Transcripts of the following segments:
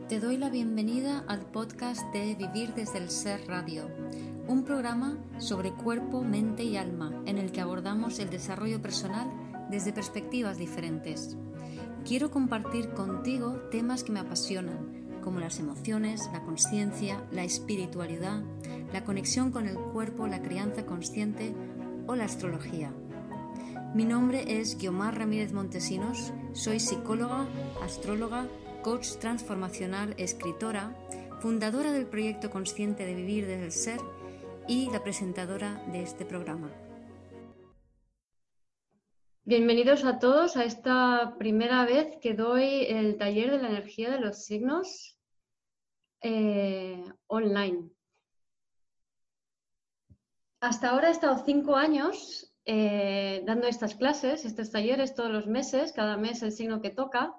Te doy la bienvenida al podcast de Vivir desde el Ser Radio, un programa sobre cuerpo, mente y alma en el que abordamos el desarrollo personal desde perspectivas diferentes. Quiero compartir contigo temas que me apasionan, como las emociones, la consciencia, la espiritualidad, la conexión con el cuerpo, la crianza consciente o la astrología. Mi nombre es Guiomar Ramírez Montesinos, soy psicóloga, astróloga, coach transformacional, escritora, fundadora del proyecto consciente de Vivir desde el Ser y la presentadora de este programa. Bienvenidos a todos a esta primera vez que doy el taller de la energía de los signos online. Hasta ahora he estado 5 años dando estas clases, estos talleres todos los meses, cada mes el signo que toca.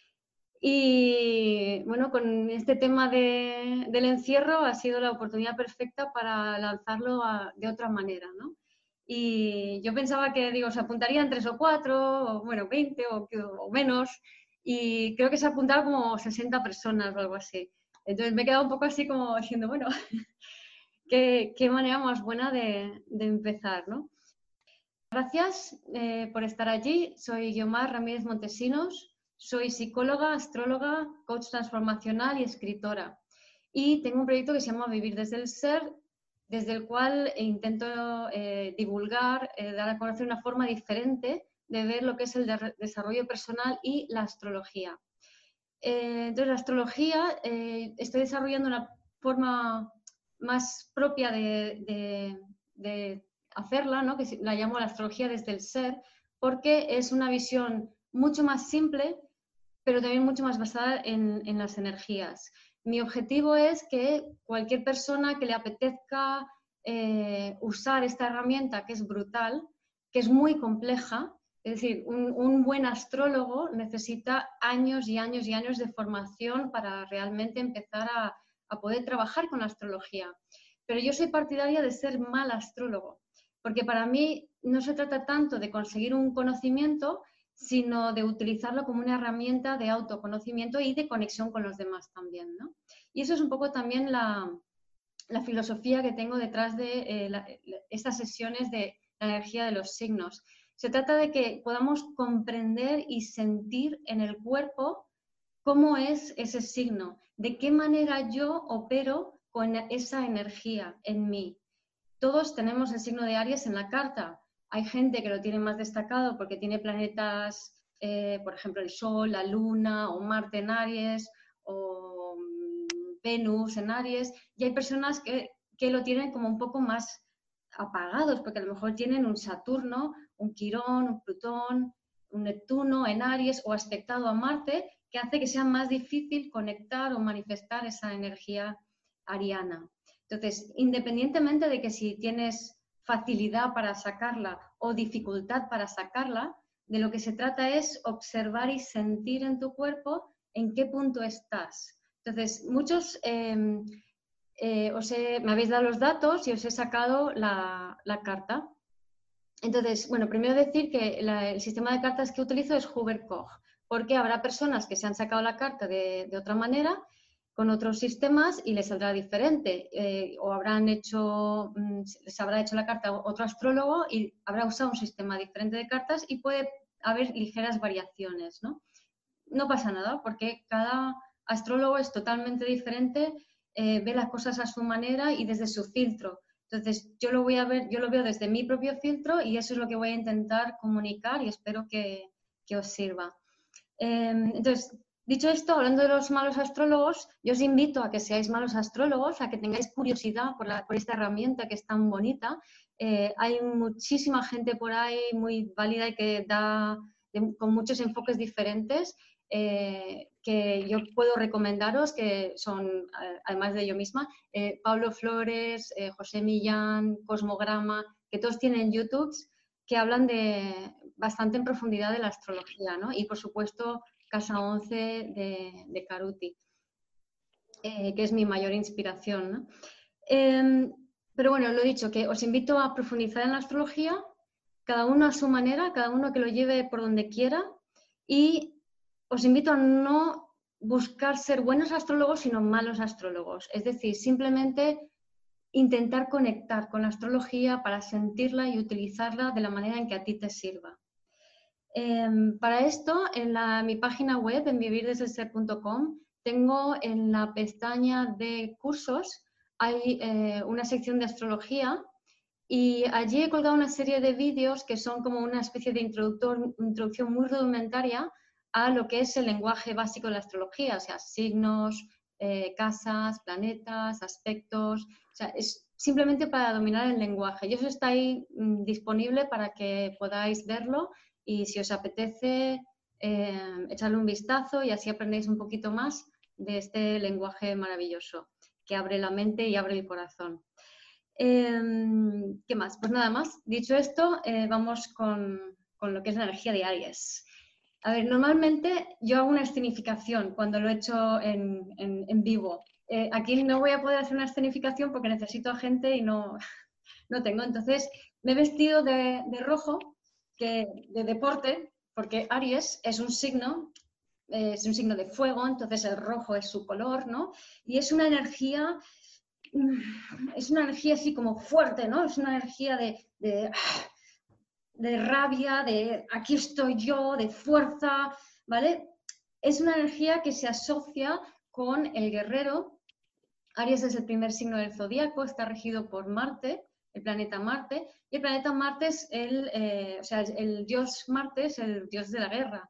Y bueno, con este tema del encierro ha sido la oportunidad perfecta para lanzarlo de otra manera, ¿no? Y yo pensaba que, se apuntarían 3 o 4, o bueno, 20 o menos, y creo que se apuntaron como 60 personas o algo así. Entonces me he quedado un poco así como diciendo, bueno, qué manera más buena de empezar, ¿no? Gracias por estar allí. Soy Guiomar Ramírez Montesinos. Soy psicóloga, astróloga, coach transformacional y escritora. Y tengo un proyecto que se llama Vivir desde el Ser, desde el cual intento divulgar, dar a conocer una forma diferente de ver lo que es el desarrollo personal y la astrología. Entonces, la astrología estoy desarrollando una forma más propia de hacerla, ¿no? Que la llamo la astrología desde el ser, porque es una visión mucho más simple, pero también mucho más basada en las energías. Mi objetivo es que cualquier persona que le apetezca usar esta herramienta, que es brutal, que es muy compleja, es decir, un buen astrólogo necesita años y años y años de formación para realmente empezar a poder trabajar con la astrología. Pero yo soy partidaria de ser mal astrólogo, porque para mí no se trata tanto de conseguir un conocimiento, sino de utilizarlo como una herramienta de autoconocimiento y de conexión con los demás también, ¿no? Y eso es un poco también la filosofía que tengo detrás de estas sesiones de la energía de los signos. Se trata de que podamos comprender y sentir en el cuerpo cómo es ese signo, de qué manera yo opero con esa energía en mí. Todos tenemos el signo de Aries en la carta. Hay gente que lo tiene más destacado porque tiene planetas, por ejemplo, el Sol, la Luna o Marte en Aries o Venus en Aries. Y hay personas que lo tienen como un poco más apagados porque a lo mejor tienen un Saturno, un Quirón, un Plutón, un Neptuno en Aries o aspectado a Marte, que hace que sea más difícil conectar o manifestar esa energía ariana. Entonces, independientemente de que si tienes facilidad para sacarla o dificultad para sacarla, de lo que se trata es observar y sentir en tu cuerpo en qué punto estás. Entonces, muchos me habéis dado los datos y os he sacado la carta. Entonces, bueno, primero decir que el sistema de cartas que utilizo es Huber-Koch, porque habrá personas que se han sacado la carta de otra manera, con otros sistemas y les saldrá diferente. O les habrá hecho la carta otro astrólogo y habrá usado un sistema diferente de cartas y puede haber ligeras variaciones, ¿no? No pasa nada porque cada astrólogo es totalmente diferente, ve las cosas a su manera y desde su filtro. Entonces, yo lo veo desde mi propio filtro y eso es lo que voy a intentar comunicar y espero que os sirva. Entonces, dicho esto, hablando de los malos astrólogos, yo os invito a que seáis malos astrólogos, a que tengáis curiosidad por esta herramienta que es tan bonita. Hay muchísima gente por ahí muy válida y que da con muchos enfoques diferentes que yo puedo recomendaros, que son, además de yo misma, Pablo Flores, José Millán, Cosmograma, que todos tienen YouTubes que hablan bastante en profundidad de la astrología, ¿no? Y por supuesto Casa 11 de Caruti, que es mi mayor inspiración, ¿no? Pero bueno, lo he dicho, que os invito a profundizar en la astrología, cada uno a su manera, cada uno que lo lleve por donde quiera, y os invito a no buscar ser buenos astrólogos, sino malos astrólogos. Es decir, simplemente intentar conectar con la astrología para sentirla y utilizarla de la manera en que a ti te sirva. Para esto, en mi página web, en vivirdesdelser.com, tengo en la pestaña de cursos, hay una sección de astrología y allí he colgado una serie de vídeos que son como una especie de introducción muy rudimentaria a lo que es el lenguaje básico de la astrología, o sea, signos, casas, planetas, aspectos, o sea, es simplemente para dominar el lenguaje. Y eso está ahí disponible para que podáis verlo y si os apetece echarle un vistazo y así aprendéis un poquito más de este lenguaje maravilloso que abre la mente y abre el corazón. ¿Qué más? Pues nada más. Dicho esto, vamos con lo que es la energía de Aries. A ver, normalmente yo hago una escenificación cuando lo he hecho en vivo. Aquí no voy a poder hacer una escenificación porque necesito a gente y no tengo. Entonces, me he vestido de rojo, de deporte, porque Aries es un signo de fuego, entonces el rojo es su color, ¿no? Y es una energía así como fuerte, ¿no? Es una energía de rabia, de aquí estoy yo, de fuerza, ¿vale? Es una energía que se asocia con el guerrero. Aries es el primer signo del zodíaco, está regido por Marte, el planeta Marte, y el planeta Marte es el dios Marte es el dios de la guerra.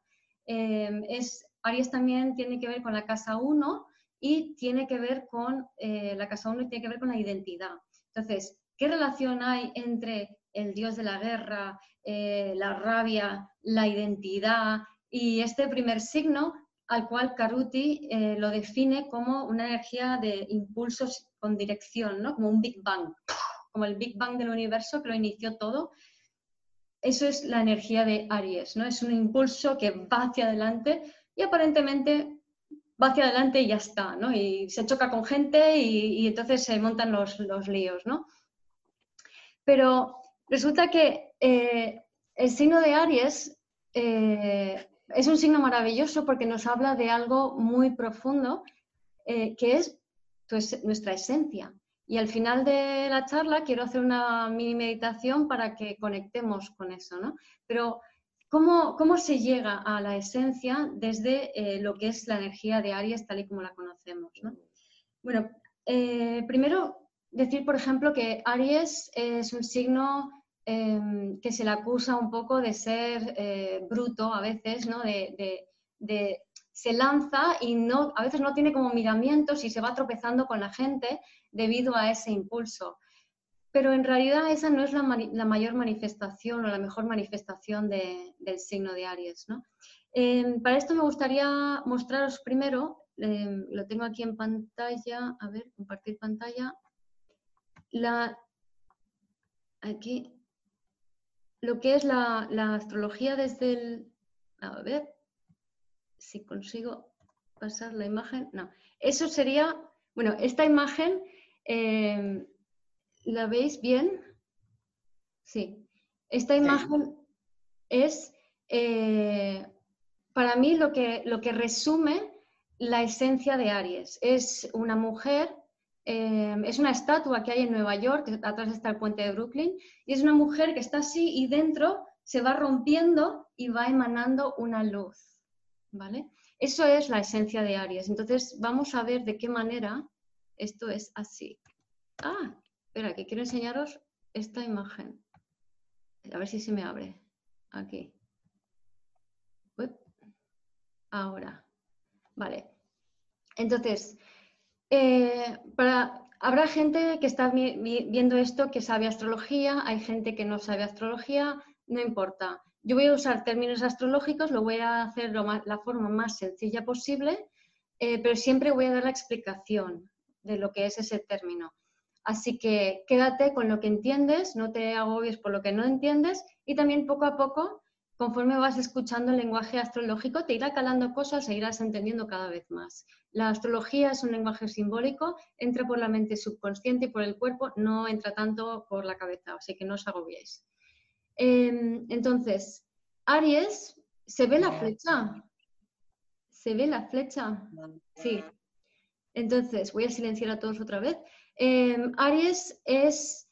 Aries también tiene que ver con la casa 1 y tiene que ver con la casa 1 y tiene que ver con la identidad. Entonces, ¿qué relación hay entre el dios de la guerra, la rabia, la identidad y este primer signo, al cual Caruti lo define como una energía de impulsos con dirección, ¿no? Como un Big Bang, como el Big Bang del universo que lo inició todo? Eso es la energía de Aries, ¿no? Es un impulso que va hacia adelante y aparentemente va hacia adelante y ya está, ¿no? Y se choca con gente y entonces se montan los líos, ¿no? Pero resulta que el signo de Aries es un signo maravilloso porque nos habla de algo muy profundo que es pues, nuestra esencia. Y al final de la charla quiero hacer una mini meditación para que conectemos con eso, ¿no? Pero ¿cómo se llega a la esencia desde lo que es la energía de Aries tal y como la conocemos, ¿no? Bueno, primero decir, por ejemplo, que Aries es un signo que se le acusa un poco de ser bruto a veces, ¿no? Se lanza y a veces no tiene como miramientos y se va tropezando con la gente debido a ese impulso. Pero en realidad esa no es la mayor manifestación o la mejor manifestación del signo de Aries, ¿no? Para esto me gustaría mostraros primero, lo tengo aquí en pantalla, a ver, compartir pantalla, aquí, lo que es la astrología desde el, a ver, si consigo pasar la imagen, no, eso sería, bueno, esta imagen, ¿la veis bien? Sí, esta imagen es, para mí, lo que resume la esencia de Aries. Es una mujer, es una estatua que hay en Nueva York, atrás está el puente de Brooklyn, y es una mujer que está así y dentro se va rompiendo y va emanando una luz, ¿vale? Eso es la esencia de Aries. Entonces, vamos a ver de qué manera esto es así. Ah, espera, que quiero enseñaros esta imagen. A ver si se me abre. Aquí. Ahora. Vale. Entonces, habrá gente que está viendo esto que sabe astrología, hay gente que no sabe astrología, no importa. Yo voy a usar términos astrológicos, lo voy a hacer la forma más sencilla posible, pero siempre voy a dar la explicación de lo que es ese término. Así que quédate con lo que entiendes, no te agobies por lo que no entiendes y también poco a poco, conforme vas escuchando el lenguaje astrológico, te irá calando cosas e irás entendiendo cada vez más. La astrología es un lenguaje simbólico, entra por la mente subconsciente y por el cuerpo, no entra tanto por la cabeza, así que no os agobiéis. Entonces, Aries, ¿se ve la flecha? ¿Se ve la flecha? Sí. Entonces, voy a silenciar a todos otra vez. Aries es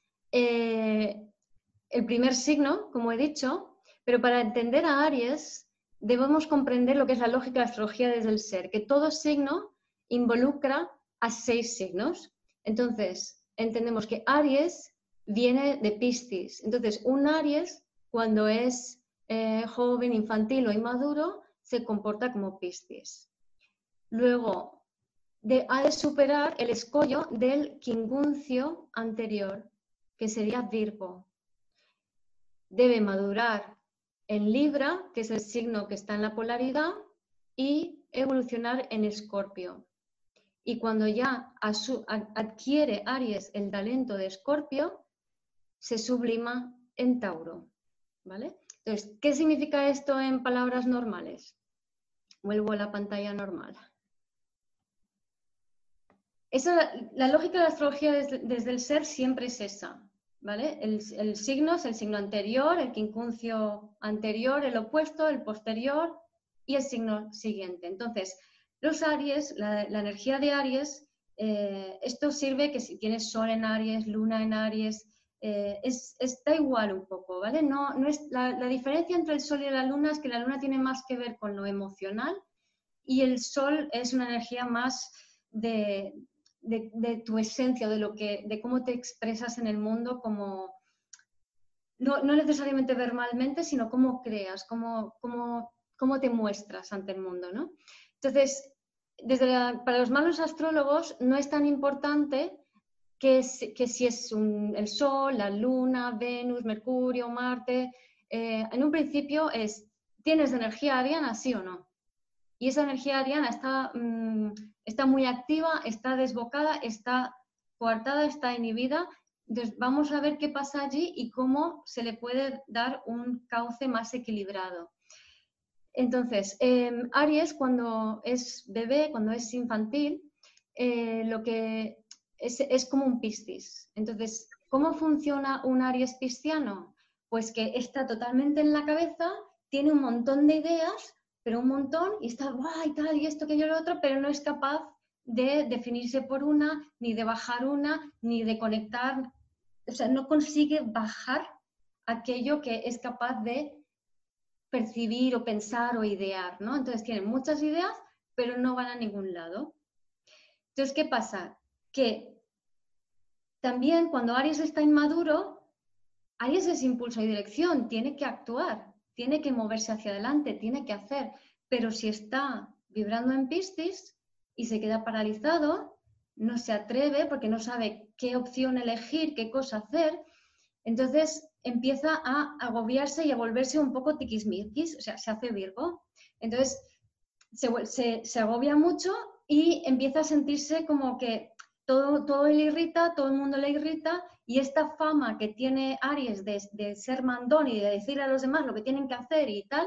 el primer signo, como he dicho, pero para entender a Aries debemos comprender lo que es la lógica de la astrología desde el ser, que todo signo involucra a 6 signos. Entonces, entendemos que Aries viene de Piscis. Entonces, un Aries, cuando es joven, infantil o inmaduro, se comporta como Piscis. Luego, ha de superar el escollo del quincuncio anterior, que sería Virgo. Debe madurar en Libra, que es el signo que está en la polaridad, y evolucionar en Escorpio. Y cuando ya adquiere Aries el talento de Escorpio, se sublima en Tauro, ¿vale? Entonces, ¿qué significa esto en palabras normales? Vuelvo a la pantalla normal. La lógica de la astrología desde el ser siempre es esa, ¿vale? El signo es el signo anterior, el quincuncio anterior, el opuesto, el posterior y el signo siguiente. Entonces, los Aries, la energía de Aries, esto sirve que si tienes Sol en Aries, Luna en Aries, está igual un poco, ¿vale? No es, la diferencia entre el Sol y la Luna es que la Luna tiene más que ver con lo emocional y el Sol es una energía más de tu esencia, de cómo te expresas en el mundo, como no necesariamente verbalmente, sino cómo creas, cómo te muestras ante el mundo, ¿no? Entonces, para los malos astrólogos no es tan importante que si es el Sol, la Luna, Venus, Mercurio, Marte. En un principio ¿tienes energía ariana, sí o no? Y esa energía ariana está muy activa, está desbocada, está coartada, está inhibida. Entonces, vamos a ver qué pasa allí y cómo se le puede dar un cauce más equilibrado. Entonces, Aries, cuando es bebé, cuando es infantil, lo que es como un Piscis. Entonces, ¿cómo funciona un Aries pisciano? Pues que está totalmente en la cabeza, tiene un montón de ideas, pero un montón, y está guay, tal, y esto, que yo, lo otro, pero no es capaz de definirse por una, ni de bajar una, ni de conectar. O sea, no consigue bajar aquello que es capaz de percibir o pensar o idear, ¿no? Entonces tienen muchas ideas, pero no van a ningún lado. Entonces, ¿qué pasa? Que también cuando Aries está inmaduro, Aries es impulso y dirección, tiene que actuar, tiene que moverse hacia adelante, tiene que hacer, pero si está vibrando en Piscis y se queda paralizado, no se atreve porque no sabe qué opción elegir, qué cosa hacer, entonces empieza a agobiarse y a volverse un poco tiquismiquis, o sea, se hace Virgo. Entonces se agobia mucho y empieza a sentirse como que todo le irrita, todo el mundo le irrita, y esta fama que tiene Aries de ser mandón y de decir a los demás lo que tienen que hacer y tal,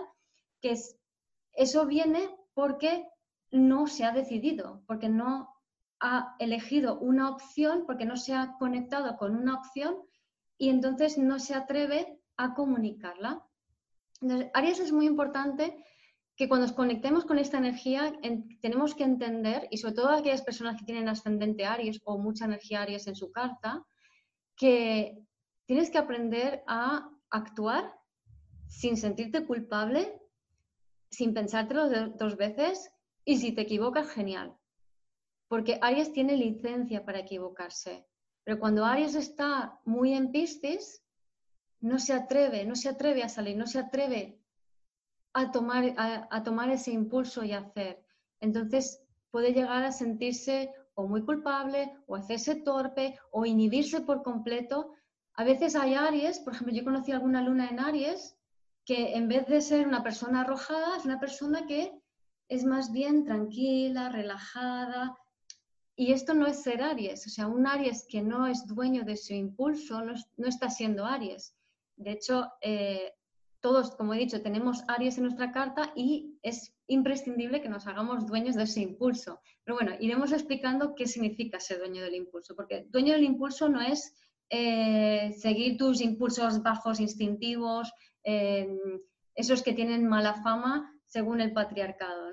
eso viene porque no se ha decidido, porque no ha elegido una opción, porque no se ha conectado con una opción y entonces no se atreve a comunicarla. Entonces, Aries es muy importante que cuando nos conectemos con esta energía tenemos que entender, y sobre todo aquellas personas que tienen ascendente Aries o mucha energía Aries en su carta, que tienes que aprender a actuar sin sentirte culpable, sin pensártelo dos veces, y si te equivocas, genial. Porque Aries tiene licencia para equivocarse. Pero cuando Aries está muy en Piscis, no se atreve a salir, no se atreve a tomar ese impulso y hacer. Entonces puede llegar a sentirse o muy culpable, o hacerse torpe, o inhibirse por completo. A veces hay Aries, por ejemplo, yo conocí a alguna luna en Aries, que en vez de ser una persona arrojada, es una persona que es más bien tranquila, relajada. Y esto no es ser Aries, o sea, un Aries que no es dueño de su impulso no está siendo Aries. De hecho, todos, como he dicho, tenemos Aries en nuestra carta y es imprescindible que nos hagamos dueños de ese impulso. Pero bueno, iremos explicando qué significa ser dueño del impulso, porque dueño del impulso no es seguir tus impulsos bajos instintivos, esos que tienen mala fama según el patriarcado, ¿no? O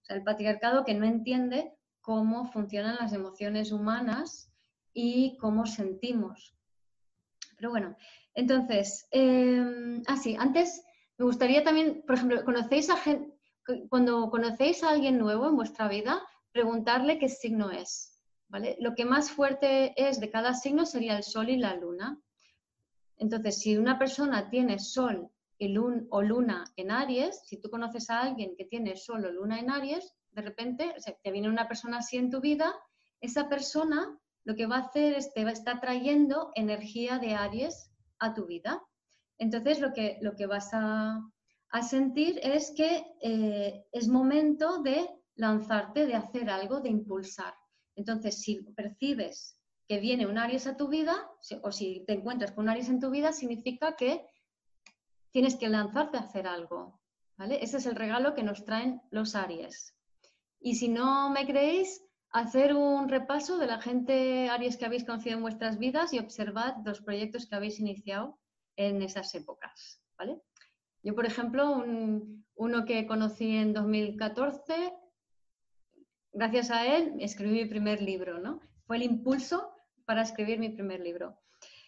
sea, el patriarcado que no entiende cómo funcionan las emociones humanas y cómo sentimos. Pero bueno, entonces, sí, antes me gustaría también, por ejemplo, cuando conocéis a alguien nuevo en vuestra vida, preguntarle qué signo es, ¿vale? Lo que más fuerte es de cada signo sería el sol y la luna. Entonces, si una persona tiene sol o luna en Aries, si tú conoces a alguien que tiene sol o luna en Aries, de repente, o sea, te viene una persona así en tu vida, esa persona lo que va a hacer es te va a estar trayendo energía de Aries a tu vida. Entonces, lo que vas a sentir es que es momento de lanzarte, de hacer algo, de impulsar. Entonces, si percibes que viene un Aries a tu vida, o si te encuentras con un Aries en tu vida, significa que tienes que lanzarte a hacer algo, ¿vale? Ese es el regalo que nos traen los Aries. Y si no me creéis, hacer un repaso de la gente Aries que habéis conocido en vuestras vidas y observad los proyectos que habéis iniciado en esas épocas, ¿vale? Yo, por ejemplo, uno que conocí en 2014, gracias a él escribí mi primer libro, ¿no? Fue el impulso para escribir mi primer libro.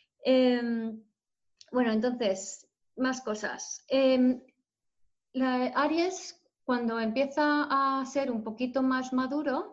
Bueno, entonces, más cosas. Aries, cuando empieza a ser un poquito más maduro,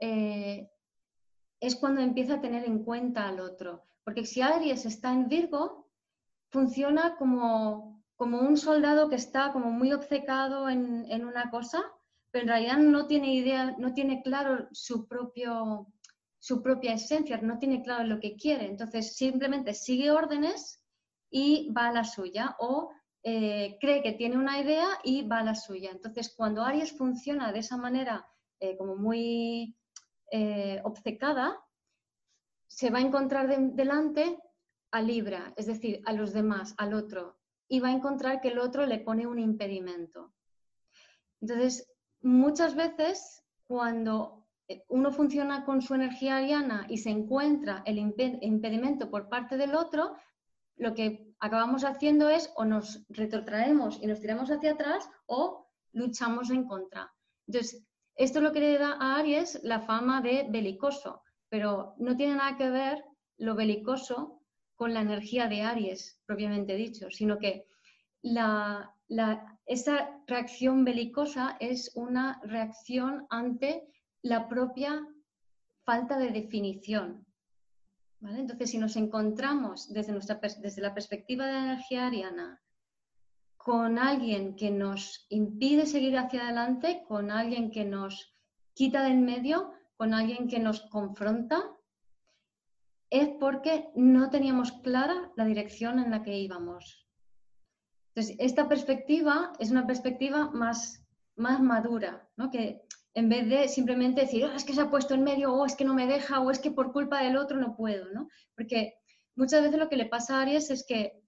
es cuando empieza a tener en cuenta al otro. Porque si Aries está en Virgo, funciona como un soldado que está como muy obcecado en una cosa, pero en realidad no tiene idea, no tiene claro su propia esencia, no tiene claro lo que quiere. Entonces simplemente sigue órdenes y va a la suya, o cree que tiene una idea y va a la suya. Entonces, cuando Aries funciona de esa manera como muy obcecada, se va a encontrar delante a Libra, es decir, a los demás, al otro, y va a encontrar que el otro le pone un impedimento. Entonces, muchas veces cuando uno funciona con su energía ariana y se encuentra el impedimento por parte del otro, lo que acabamos haciendo es o nos retrotraemos y nos tiramos hacia atrás o luchamos en contra. Entonces, esto es lo que le da a Aries la fama de belicoso, pero no tiene nada que ver lo belicoso con la energía de Aries, propiamente dicho, sino que esa reacción belicosa es una reacción ante la propia falta de definición. ¿Vale? Entonces, si nos encontramos desde la perspectiva de la energía ariana con alguien que nos impide seguir hacia adelante, con alguien que nos quita del medio, con alguien que nos confronta, es porque no teníamos clara la dirección en la que íbamos. Entonces, esta perspectiva es una perspectiva más madura, ¿no? Que en vez de simplemente decir, oh, es que se ha puesto en medio, o es que no me deja, o es que por culpa del otro no puedo, ¿no? Porque muchas veces lo que le pasa a Aries es que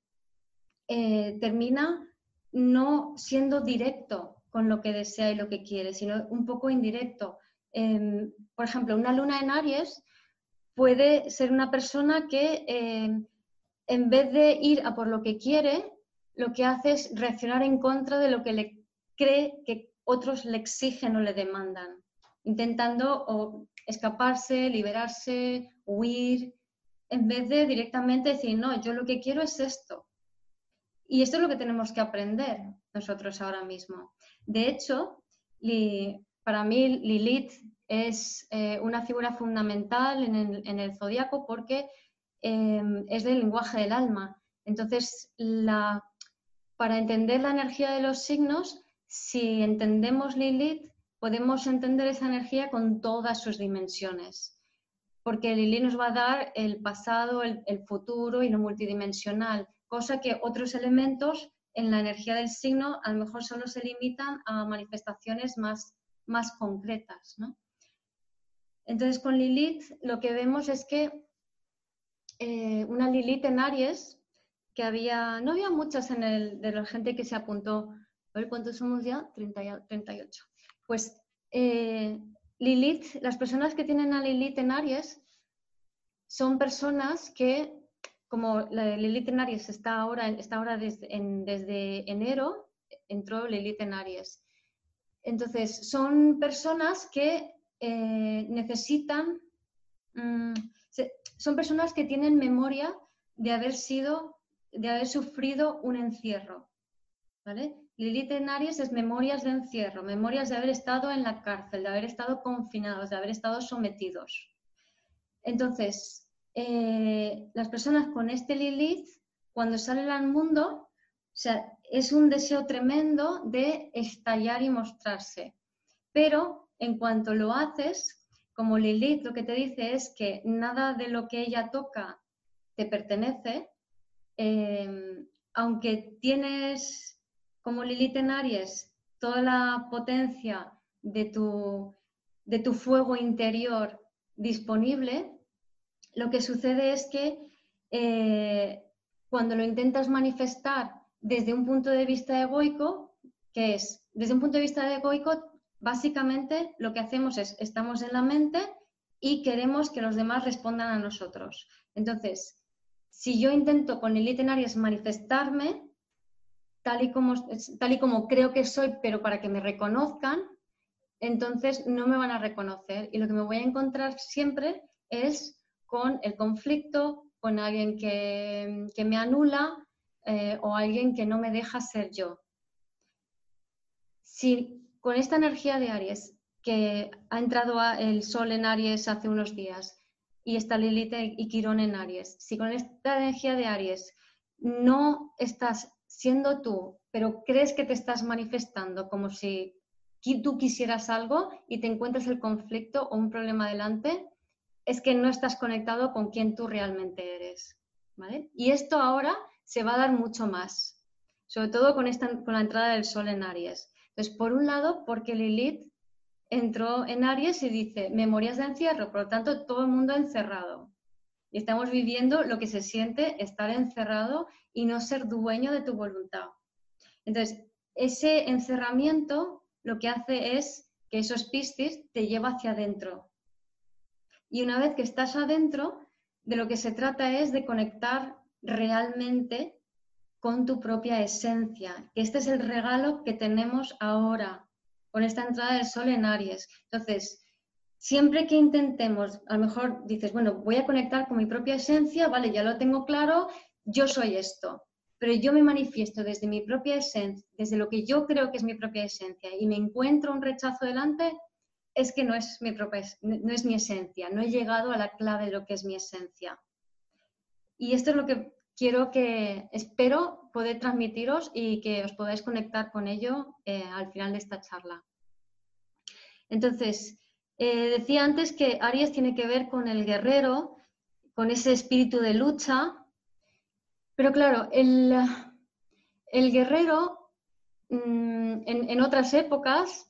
termina no siendo directo con lo que desea y lo que quiere, sino un poco indirecto. Por ejemplo, una luna en Aries puede ser una persona que en vez de ir a por lo que quiere, lo que hace es reaccionar en contra de lo que le cree que otros le exigen o le demandan, intentando o escaparse, liberarse, huir, en vez de directamente decir, no, yo lo que quiero es esto. Y esto es lo que tenemos que aprender nosotros ahora mismo. De hecho, para mí Lilith es una figura fundamental en el zodiaco porque es del lenguaje del alma. Entonces, para entender la energía de los signos, si entendemos Lilith, podemos entender esa energía con todas sus dimensiones. Porque Lilith nos va a dar el pasado, el futuro y lo multidimensional, cosa que otros elementos en la energía del signo a lo mejor solo se limitan a manifestaciones más concretas, ¿no? Entonces, con Lilith lo que vemos es que una Lilith en Aries, que no había muchas de la gente que se apuntó. A ver, ¿cuántos somos ya? 38. Pues Lilith, las personas que tienen a Lilith en Aries son personas que, como la Lilith en Aries está ahora desde enero, entró Lilith en Aries. Entonces, son personas que necesitan, son personas que tienen memoria de haber sufrido un encierro, ¿vale? Lilith en Aries es memorias de encierro, memorias de haber estado en la cárcel, de haber estado confinados, de haber estado sometidos. Entonces, las personas con este Lilith, cuando salen al mundo, o sea, es un deseo tremendo de estallar y mostrarse. Pero en cuanto lo haces, como Lilith lo que te dice es que nada de lo que ella toca te pertenece, aunque tienes, como Lilith en Aries, toda la potencia de tu fuego interior disponible, lo que sucede es que cuando lo intentas manifestar desde un punto de vista egoico, ¿qué es? Desde un punto de vista egoico, básicamente lo que hacemos es, estamos en la mente y queremos que los demás respondan a nosotros. Entonces, si yo intento con Lilith en Aries manifestarme tal y como creo que soy, pero para que me reconozcan, entonces no me van a reconocer y lo que me voy a encontrar siempre es con el conflicto, con alguien que me anula o alguien que no me deja ser yo. Si con esta energía de Aries, que ha entrado el Sol en Aries hace unos días y está Lilith y Quirón en Aries, si con esta energía de Aries no estás siendo tú, pero crees que te estás manifestando como si tú quisieras algo y te encuentras el conflicto o un problema delante, es que no estás conectado con quien tú realmente eres, ¿vale? Y esto ahora se va a dar mucho más, sobre todo con la entrada del Sol en Aries. Entonces, por un lado, porque Lilith entró en Aries y dice memorias de encierro, por lo tanto, todo el mundo encerrado. Y estamos viviendo lo que se siente estar encerrado y no ser dueño de tu voluntad. Entonces, ese encerramiento lo que hace es que esos Piscis te lleva hacia adentro. Y una vez que estás adentro, de lo que se trata es de conectar realmente con tu propia esencia, que este es el regalo que tenemos ahora con esta entrada del Sol en Aries. Entonces, siempre que intentemos, a lo mejor dices, bueno, voy a conectar con mi propia esencia, vale, ya lo tengo claro, yo soy esto, pero yo me manifiesto desde mi propia esencia, desde lo que yo creo que es mi propia esencia y me encuentro un rechazo delante, es que no es mi esencia, no he llegado a la clave de lo que es mi esencia. Y esto es lo que espero poder transmitiros y que os podáis conectar con ello al final de esta charla. Entonces, decía antes que Aries tiene que ver con el guerrero, con ese espíritu de lucha, pero claro, el guerrero en otras épocas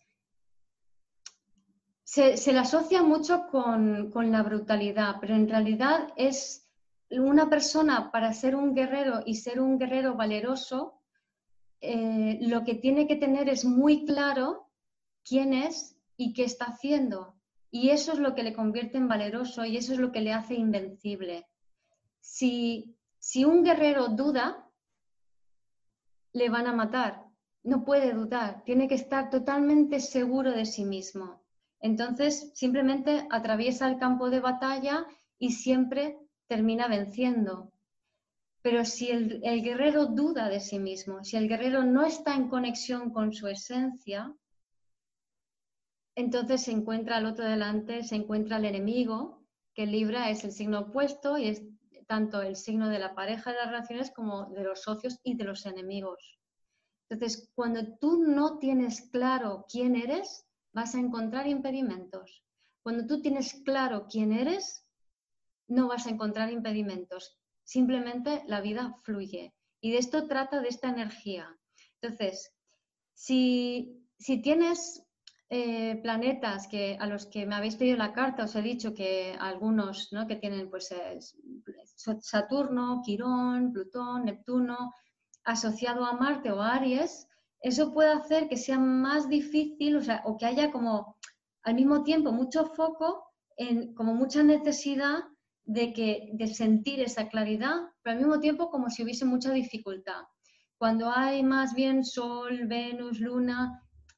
se le asocia mucho con la brutalidad, pero en realidad es una persona para ser un guerrero y ser un guerrero valeroso, lo que tiene que tener es muy claro quién es y qué está haciendo. Y eso es lo que le convierte en valeroso y eso es lo que le hace invencible. Si un guerrero duda, le van a matar. No puede dudar, tiene que estar totalmente seguro de sí mismo. Entonces, simplemente atraviesa el campo de batalla y siempre termina venciendo. Pero si el guerrero duda de sí mismo, si el guerrero no está en conexión con su esencia, entonces se encuentra al otro delante, se encuentra el enemigo, que Libra es el signo opuesto y es tanto el signo de la pareja de las relaciones como de los socios y de los enemigos. Entonces, cuando tú no tienes claro quién eres, vas a encontrar impedimentos. Cuando tú tienes claro quién eres, no vas a encontrar impedimentos. Simplemente la vida fluye. Y de esto trata de esta energía. Entonces, si tienes planetas a los que me habéis pedido la carta, os he dicho que algunos, ¿no?, que tienen pues Saturno, Quirón, Plutón, Neptuno, asociado a Marte o a Aries, eso puede hacer que sea más difícil, o que haya como al mismo tiempo mucho foco, como mucha necesidad de sentir esa claridad, pero al mismo tiempo como si hubiese mucha dificultad. Cuando hay más bien Sol, Venus, Luna,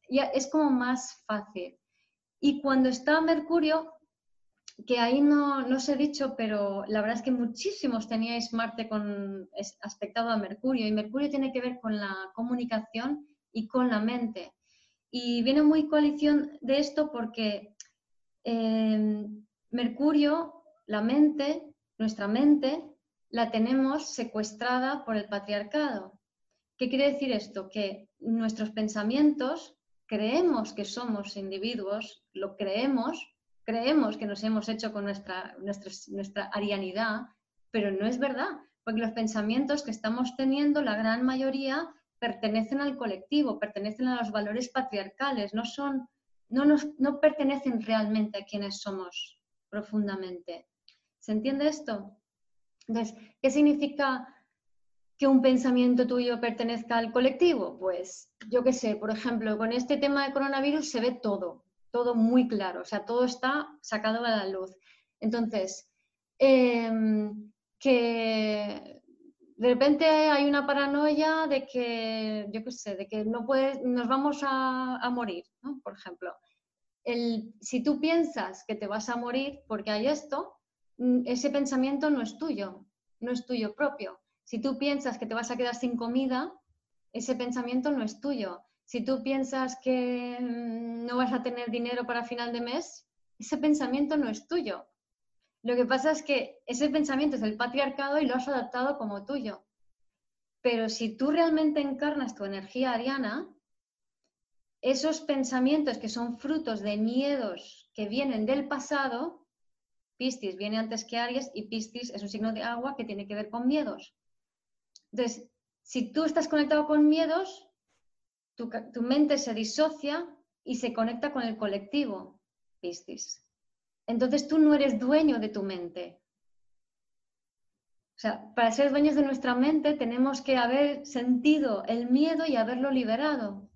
ya es como más fácil. Y cuando está Mercurio, que ahí no os he dicho, pero la verdad es que muchísimos teníais Marte aspectado a Mercurio, y Mercurio tiene que ver con la comunicación y con la mente. Y viene muy coalición de esto porque Mercurio, la mente, nuestra mente, la tenemos secuestrada por el patriarcado. ¿Qué quiere decir esto? Que nuestros pensamientos, creemos que somos individuos, lo creemos que nos hemos hecho con nuestra arianidad, pero no es verdad, porque los pensamientos que estamos teniendo, la gran mayoría, pertenecen al colectivo, pertenecen a los valores patriarcales, no pertenecen realmente a quienes somos profundamente. ¿Se entiende esto? Entonces, ¿qué significa que un pensamiento tuyo pertenezca al colectivo? Pues yo qué sé, por ejemplo, con este tema de coronavirus se ve todo muy claro, o sea, todo está sacado a la luz. Entonces, que de repente hay una paranoia de que, yo qué sé, de que nos vamos a morir, ¿no? Por ejemplo. Si tú piensas que te vas a morir porque hay esto, ese pensamiento no es tuyo propio. Si tú piensas que te vas a quedar sin comida, ese pensamiento no es tuyo. Si tú piensas que no vas a tener dinero para final de mes, ese pensamiento no es tuyo. Lo que pasa es que ese pensamiento es del patriarcado y lo has adaptado como tuyo. Pero si tú realmente encarnas tu energía ariana, esos pensamientos que son frutos de miedos que vienen del pasado, Piscis viene antes que Aries y Piscis es un signo de agua que tiene que ver con miedos. Entonces, si tú estás conectado con miedos, tu mente se disocia y se conecta con el colectivo, Piscis. Entonces tú no eres dueño de tu mente. O sea, para ser dueños de nuestra mente tenemos que haber sentido el miedo y haberlo liberado.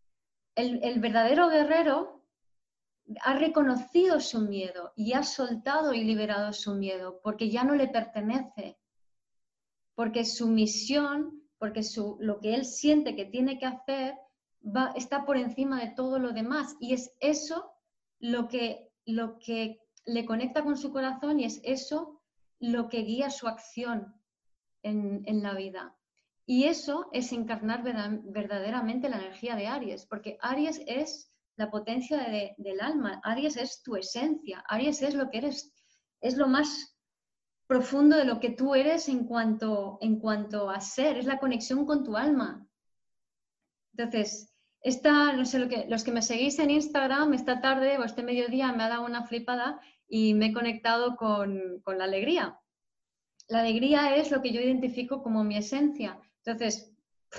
El verdadero guerrero ha reconocido su miedo y ha soltado y liberado su miedo porque ya no le pertenece, porque su misión, porque lo que él siente que tiene que hacer está por encima de todo lo demás, y es eso lo que le conecta con su corazón, y es eso lo que guía su acción en la vida. Y eso es encarnar verdaderamente la energía de Aries, porque Aries es la potencia del alma, Aries es tu esencia, Aries es lo que eres, es lo más profundo de lo que tú eres en cuanto a ser, es la conexión con tu alma. Entonces, no sé, los que me seguís en Instagram esta tarde o este mediodía me ha dado una flipada y me he conectado con la alegría. La alegría es lo que yo identifico como mi esencia. Entonces,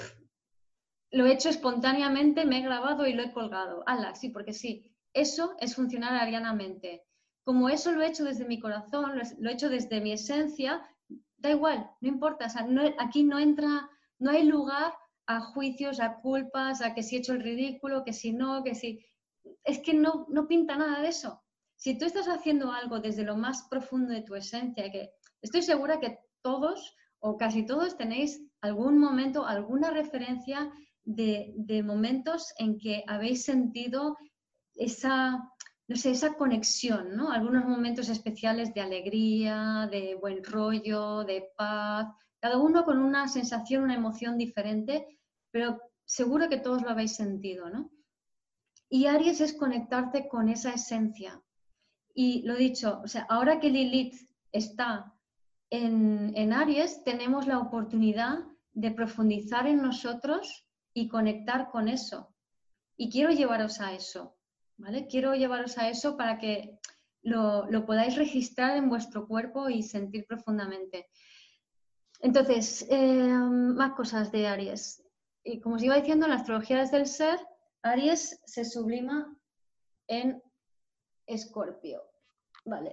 lo he hecho espontáneamente, me he grabado y lo he colgado. ¡Hala! Sí, porque sí. Eso es funcionar arianamente. Como eso lo he hecho desde mi corazón, lo he hecho desde mi esencia, da igual, no importa. O sea, aquí no hay lugar a juicios, a culpas, a que si he hecho el ridículo, que si no, que si... Es que no pinta nada de eso. Si tú estás haciendo algo desde lo más profundo de tu esencia, que estoy segura que todos o casi todos tenéis algún momento, alguna referencia de momentos en que habéis sentido esa conexión, ¿no? Algunos momentos especiales de alegría, de buen rollo, de paz, cada uno con una sensación, una emoción diferente, pero seguro que todos lo habéis sentido, ¿no? Y Aries es conectarte con esa esencia. Y lo dicho, o sea, ahora que Lilith está en Aries, tenemos la oportunidad de profundizar en nosotros y conectar con eso. Y quiero llevaros a eso, ¿vale? Quiero llevaros a eso para que lo podáis registrar en vuestro cuerpo y sentir profundamente. Entonces, más cosas de Aries. Y como os iba diciendo, en la astrología desde el ser, Aries se sublima en Escorpio, ¿vale?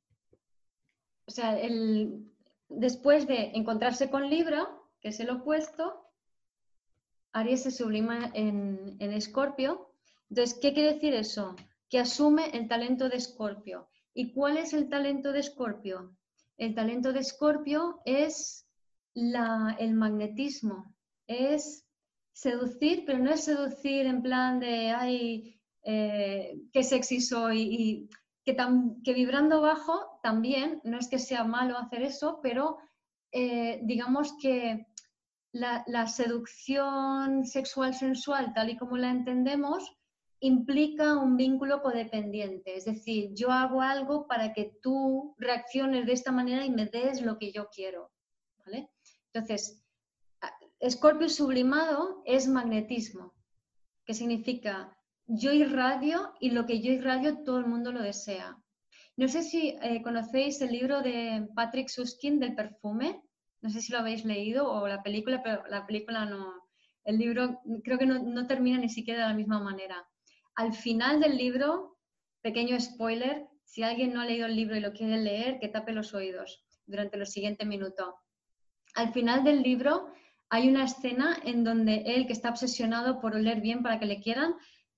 O sea, después de encontrarse con Libra, que es el opuesto, Aries se sublima en Escorpio. Entonces, ¿qué quiere decir eso? Que asume el talento de Escorpio. ¿Y cuál es el talento de Escorpio? El talento de Escorpio es el magnetismo, es seducir, pero no es seducir en plan de, ay, qué sexy soy, y que vibrando bajo también, no es que sea malo hacer eso, pero digamos que la seducción sexual sensual, tal y como la entendemos, implica un vínculo codependiente. Es decir, yo hago algo para que tú reacciones de esta manera y me des lo que yo quiero, ¿vale? Entonces, Escorpio sublimado es magnetismo, que significa yo irradio y lo que yo irradio todo el mundo lo desea. No sé si conocéis el libro de Patrick Süskind del perfume, no sé si lo habéis leído o la película, pero la película no. El libro creo que no termina ni siquiera de la misma manera. Al final del libro, pequeño spoiler, si alguien no ha leído el libro y lo quiere leer, que tape los oídos durante los siguientes minutos. Al final del libro hay una escena en donde él, que está obsesionado por oler bien para que le quieran,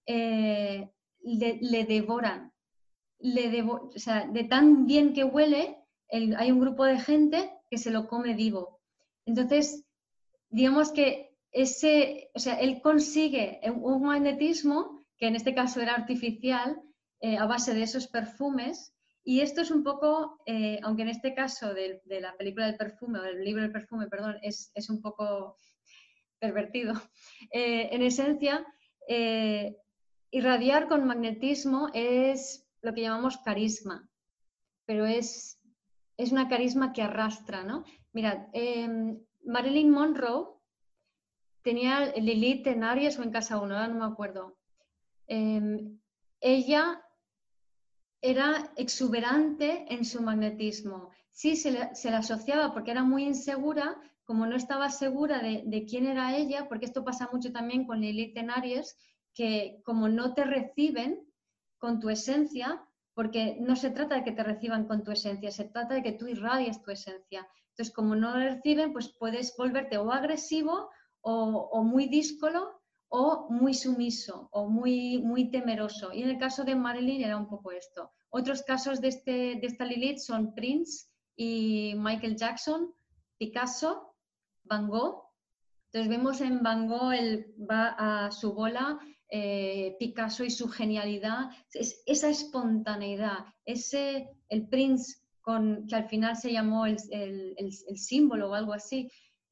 le devoran. O sea, de tan bien que huele, hay un grupo de gente que se lo come vivo. Entonces, digamos que él consigue un magnetismo, que en este caso era artificial, a base de esos perfumes. Y esto es un poco, aunque en este caso de la película del perfume, o del libro del perfume, perdón, es un poco pervertido, en esencia, irradiar con magnetismo es lo que llamamos carisma, pero es una carisma que arrastra, ¿no? Mirad, Marilyn Monroe tenía Lilith en Aries o en casa 1, ahora no me acuerdo. Ella era exuberante en su magnetismo. Sí, se le asociaba porque era muy insegura, como no estaba segura de quién era ella, porque esto pasa mucho también con Lilith en Aries, que como no te reciben con tu esencia, porque no se trata de que te reciban con tu esencia, se trata de que tú irradies tu esencia. Entonces, como no lo reciben, pues puedes volverte o agresivo o muy díscolo o muy sumiso o muy temeroso. Y en el caso de Marilyn era un poco esto. Otros casos de esta Lilith son Prince y Michael Jackson, Picasso, Van Gogh. Entonces vemos en Van Gogh, él va a su bola, Picasso y su genialidad, esa espontaneidad, el Prince que al final se llamó el símbolo o algo así,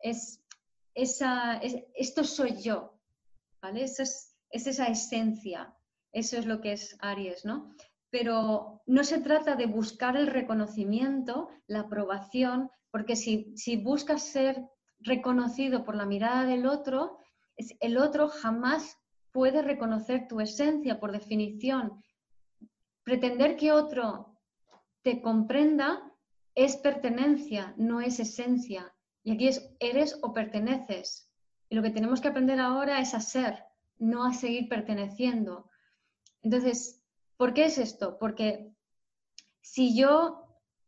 esto soy yo, ¿vale? Es esa esencia, eso es lo que es Aries, ¿no? Pero no se trata de buscar el reconocimiento, la aprobación, porque si buscas ser reconocido por la mirada del otro, el otro jamás puede reconocer tu esencia por definición. Pretender que otro te comprenda es pertenencia, no es esencia. Y aquí es eres o perteneces. Y lo que tenemos que aprender ahora es a ser, no a seguir perteneciendo. Entonces, ¿por qué es esto? Porque si yo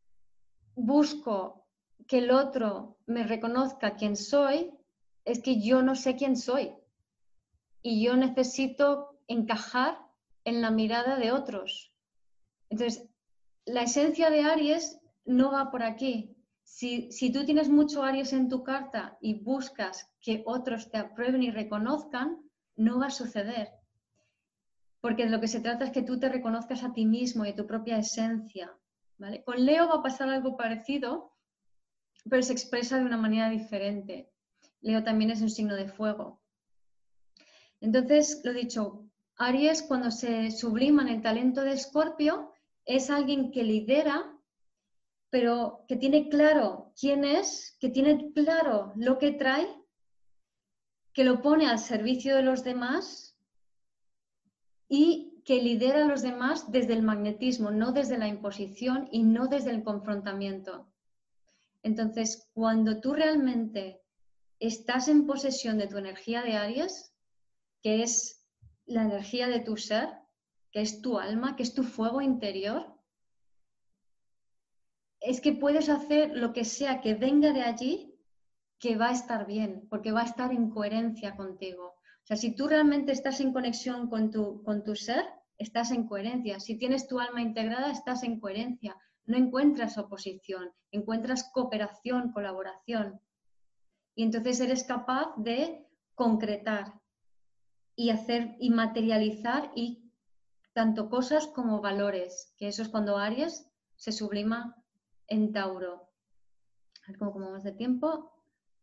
busco que el otro me reconozca quién soy, es que yo no sé quién soy. Y yo necesito encajar en la mirada de otros. Entonces, la esencia de Aries no va por aquí. Si tú tienes mucho Aries en tu carta y buscas que otros te aprueben y reconozcan, no va a suceder. Porque de lo que se trata es que tú te reconozcas a ti mismo y a tu propia esencia, ¿vale? Con Leo va a pasar algo parecido, pero se expresa de una manera diferente. Leo también es un signo de fuego. Entonces, lo dicho, Aries, cuando se sublima en el talento de Escorpio, es alguien que lidera, pero que tiene claro quién es, que tiene claro lo que trae, que lo pone al servicio de los demás y que lidera a los demás desde el magnetismo, no desde la imposición y no desde el confrontamiento. Entonces, cuando tú realmente estás en posesión de tu energía de Aries, que es la energía de tu ser, que es tu alma, que es tu fuego interior, es que puedes hacer lo que sea que venga de allí, que va a estar bien, porque va a estar en coherencia contigo. O sea, si tú realmente estás en conexión con tu ser, estás en coherencia. Si tienes tu alma integrada, estás en coherencia. No encuentras oposición, encuentras cooperación, colaboración. Y entonces eres capaz de concretar y hacer y materializar y tanto cosas como valores, que eso es cuando Aries se sublima en Tauro. A ver cómo vamos de tiempo.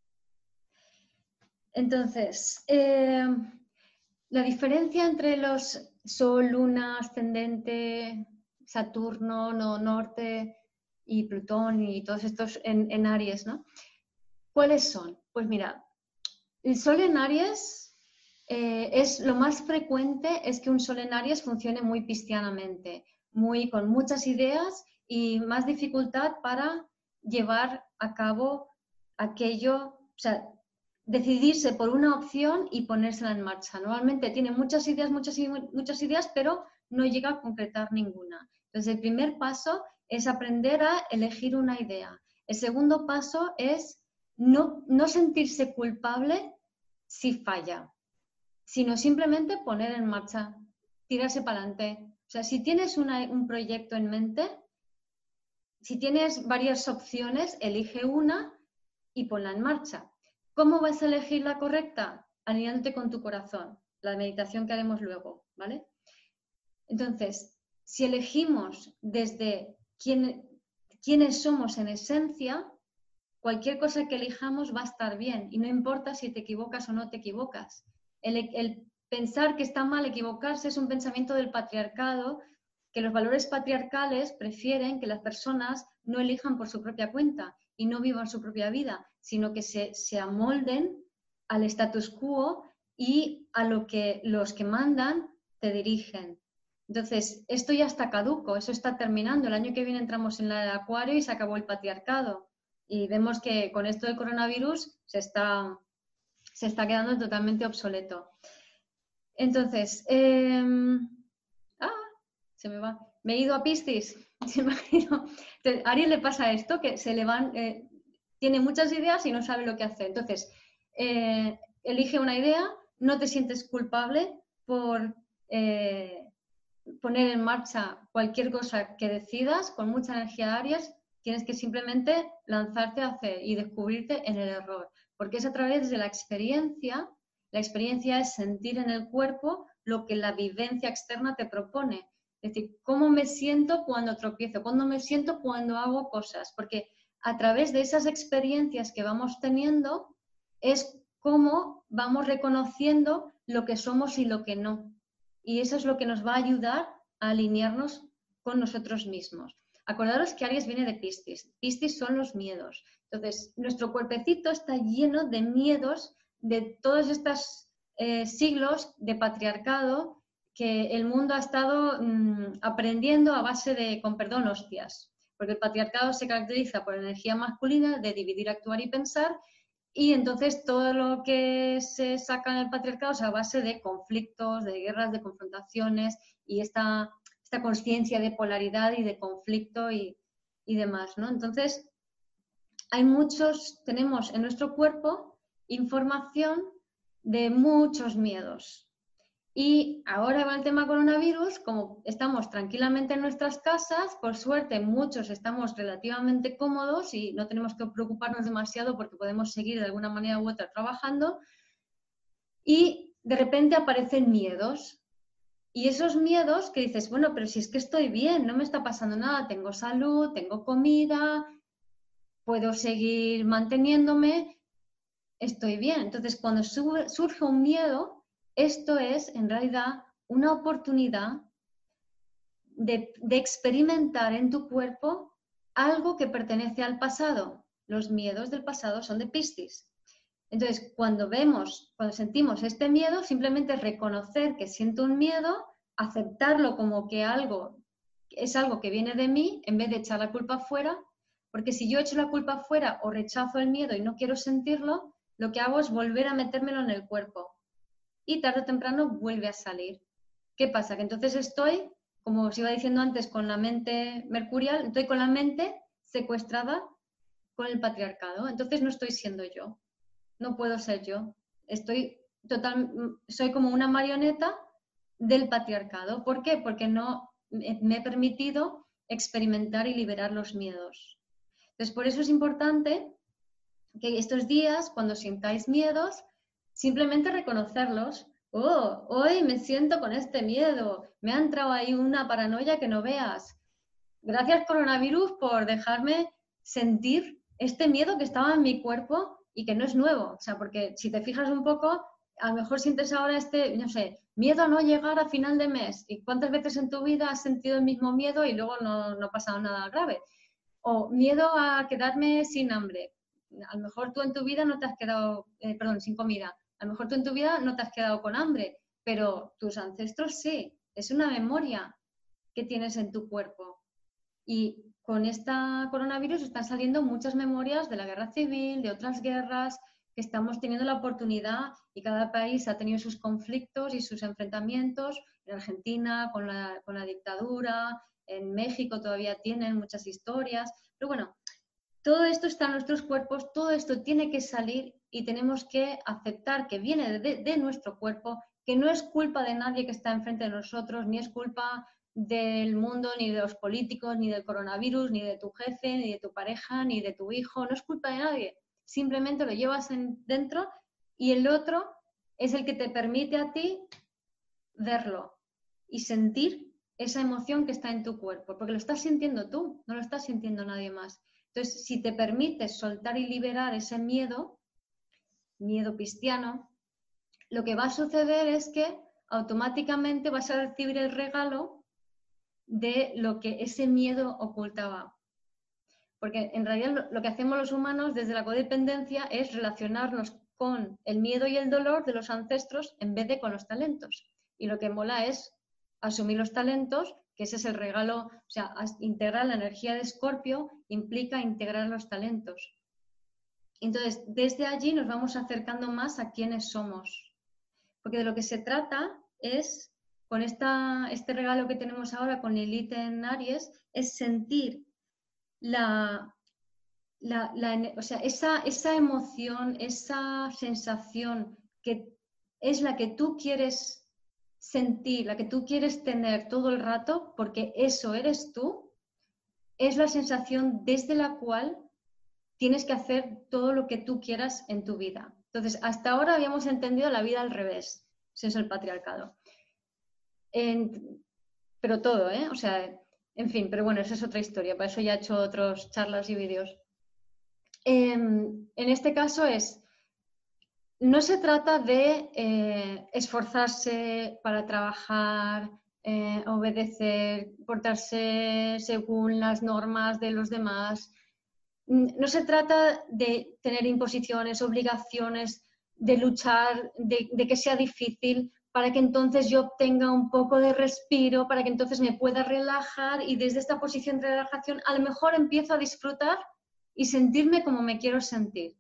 Entonces, la diferencia entre los Sol, Luna, Ascendente, Saturno, Norte y Plutón y todos estos en Aries, ¿no? ¿Cuáles son? Pues mira, el Sol en Aries es lo más frecuente es que un Sol en Aries funcione muy piscianamente, con muchas ideas y más dificultad para llevar a cabo aquello, o sea, decidirse por una opción y ponérsela en marcha. Normalmente tiene muchas ideas, pero no llega a concretar ninguna. Entonces, el primer paso es aprender a elegir una idea. El segundo paso es no sentirse culpable si falla, sino simplemente poner en marcha, tirarse para adelante. O sea, si tienes un proyecto en mente, si tienes varias opciones, elige una y ponla en marcha. ¿Cómo vas a elegir la correcta? Alineándote con tu corazón, la meditación que haremos luego, ¿vale? Entonces, si elegimos desde quiénes somos en esencia, cualquier cosa que elijamos va a estar bien y no importa si te equivocas o no te equivocas. El pensar que está mal equivocarse es un pensamiento del patriarcado, que los valores patriarcales prefieren que las personas no elijan por su propia cuenta y no vivan su propia vida, sino que se amolden al status quo y a lo que los que mandan te dirigen. Entonces, esto ya está caduco, eso está terminando. El año que viene entramos en la era de Acuario y se acabó el patriarcado. Y vemos que con esto del coronavirus se está quedando totalmente obsoleto. Entonces, se me va. Me he ido a Piscis. Entonces, a Aries le pasa esto, que se le van, tiene muchas ideas y no sabe lo que hacer. Entonces, elige una idea, no te sientes culpable por poner en marcha cualquier cosa que decidas, con mucha energía Aries, tienes que simplemente lanzarte a hacer y descubrirte en el error, porque es a través de la experiencia es sentir en el cuerpo lo que la vivencia externa te propone. Es decir, cómo me siento cuando tropiezo, cómo me siento cuando hago cosas, porque a través de esas experiencias que vamos teniendo es cómo vamos reconociendo lo que somos y lo que no. Y eso es lo que nos va a ayudar a alinearnos con nosotros mismos. Acordaros que Aries viene de Piscis. Piscis son los miedos. Entonces, nuestro cuerpecito está lleno de miedos de todos estos siglos de patriarcado que el mundo ha estado aprendiendo a base de, con perdón, hostias. Porque el patriarcado se caracteriza por energía masculina de dividir, actuar y pensar, y entonces todo lo que se saca en el patriarcado es a base de conflictos, de guerras, de confrontaciones y esta conciencia de polaridad y de conflicto y demás, ¿no? Entonces, tenemos en nuestro cuerpo información de muchos miedos. Y ahora con el tema coronavirus, como estamos tranquilamente en nuestras casas, por suerte muchos estamos relativamente cómodos y no tenemos que preocuparnos demasiado porque podemos seguir de alguna manera u otra trabajando, y de repente aparecen miedos. Y esos miedos que dices, bueno, pero si es que estoy bien, no me está pasando nada, tengo salud, tengo comida, puedo seguir manteniéndome, estoy bien. Entonces, cuando surge un miedo, esto es en realidad una oportunidad de experimentar en tu cuerpo algo que pertenece al pasado. Los miedos del pasado son de Piscis. Entonces, cuando sentimos este miedo, simplemente reconocer que siento un miedo, aceptarlo como que es algo que viene de mí, en vez de echar la culpa afuera, porque si yo echo la culpa afuera o rechazo el miedo y no quiero sentirlo, lo que hago es volver a metérmelo en el cuerpo. Y tarde o temprano vuelve a salir. ¿Qué pasa? Que entonces estoy, como os iba diciendo antes, con la mente mercurial, estoy con la mente secuestrada con el patriarcado. Entonces no estoy siendo yo. No puedo ser yo. Soy como una marioneta del patriarcado. ¿Por qué? Porque no me he permitido experimentar y liberar los miedos. Entonces, por eso es importante que estos días, cuando sintáis miedos, simplemente reconocerlos. Oh, hoy me siento con este miedo, me ha entrado ahí una paranoia que no veas. Gracias coronavirus por dejarme sentir este miedo que estaba en mi cuerpo y que no es nuevo. O sea, porque si te fijas un poco, a lo mejor sientes ahora no sé, miedo a no llegar a final de mes. ¿Y cuántas veces en tu vida has sentido el mismo miedo y luego no ha pasado nada grave? O miedo a quedarme sin hambre. A lo mejor tú en tu vida no te has quedado, sin comida. A lo mejor tú en tu vida no te has quedado con hambre, pero tus ancestros sí. Es una memoria que tienes en tu cuerpo. Y con esta coronavirus están saliendo muchas memorias de la guerra civil, de otras guerras, que estamos teniendo la oportunidad y cada país ha tenido sus conflictos y sus enfrentamientos. En Argentina con la dictadura, en México todavía tienen muchas historias. Pero bueno, todo esto está en nuestros cuerpos, todo esto tiene que salir y tenemos que aceptar que viene de nuestro cuerpo, que no es culpa de nadie que está enfrente de nosotros, ni es culpa del mundo, ni de los políticos, ni del coronavirus, ni de tu jefe, ni de tu pareja, ni de tu hijo, no es culpa de nadie. Simplemente lo llevas dentro y el otro es el que te permite a ti verlo y sentir esa emoción que está en tu cuerpo, porque lo estás sintiendo tú, no lo estás sintiendo nadie más. Entonces, si te permites soltar y liberar ese miedo cristiano, lo que va a suceder es que automáticamente vas a recibir el regalo de lo que ese miedo ocultaba. Porque en realidad lo que hacemos los humanos desde la codependencia es relacionarnos con el miedo y el dolor de los ancestros en vez de con los talentos. Y lo que mola es asumir los talentos, que ese es el regalo, o sea, integrar la energía de Escorpio implica integrar los talentos. Entonces, desde allí nos vamos acercando más a quiénes somos. Porque de lo que se trata es, con este regalo que tenemos ahora con Lilith en Aries, es sentir o sea, esa emoción, esa sensación que es la que tú quieres sentir, la que tú quieres tener todo el rato, porque eso eres tú, es la sensación desde la cual tienes que hacer todo lo que tú quieras en tu vida. Entonces, hasta ahora habíamos entendido la vida al revés, eso es el patriarcado. Pero todo, ¿eh? O sea, en fin, pero bueno, esa es otra historia, para eso ya he hecho otras charlas y vídeos. En este caso no se trata de esforzarse para trabajar, obedecer, portarse según las normas de los demás. No se trata de tener imposiciones, obligaciones, de luchar, de que sea difícil, para que entonces yo obtenga un poco de respiro, para que entonces me pueda relajar y desde esta posición de relajación a lo mejor empiezo a disfrutar y sentirme como me quiero sentir.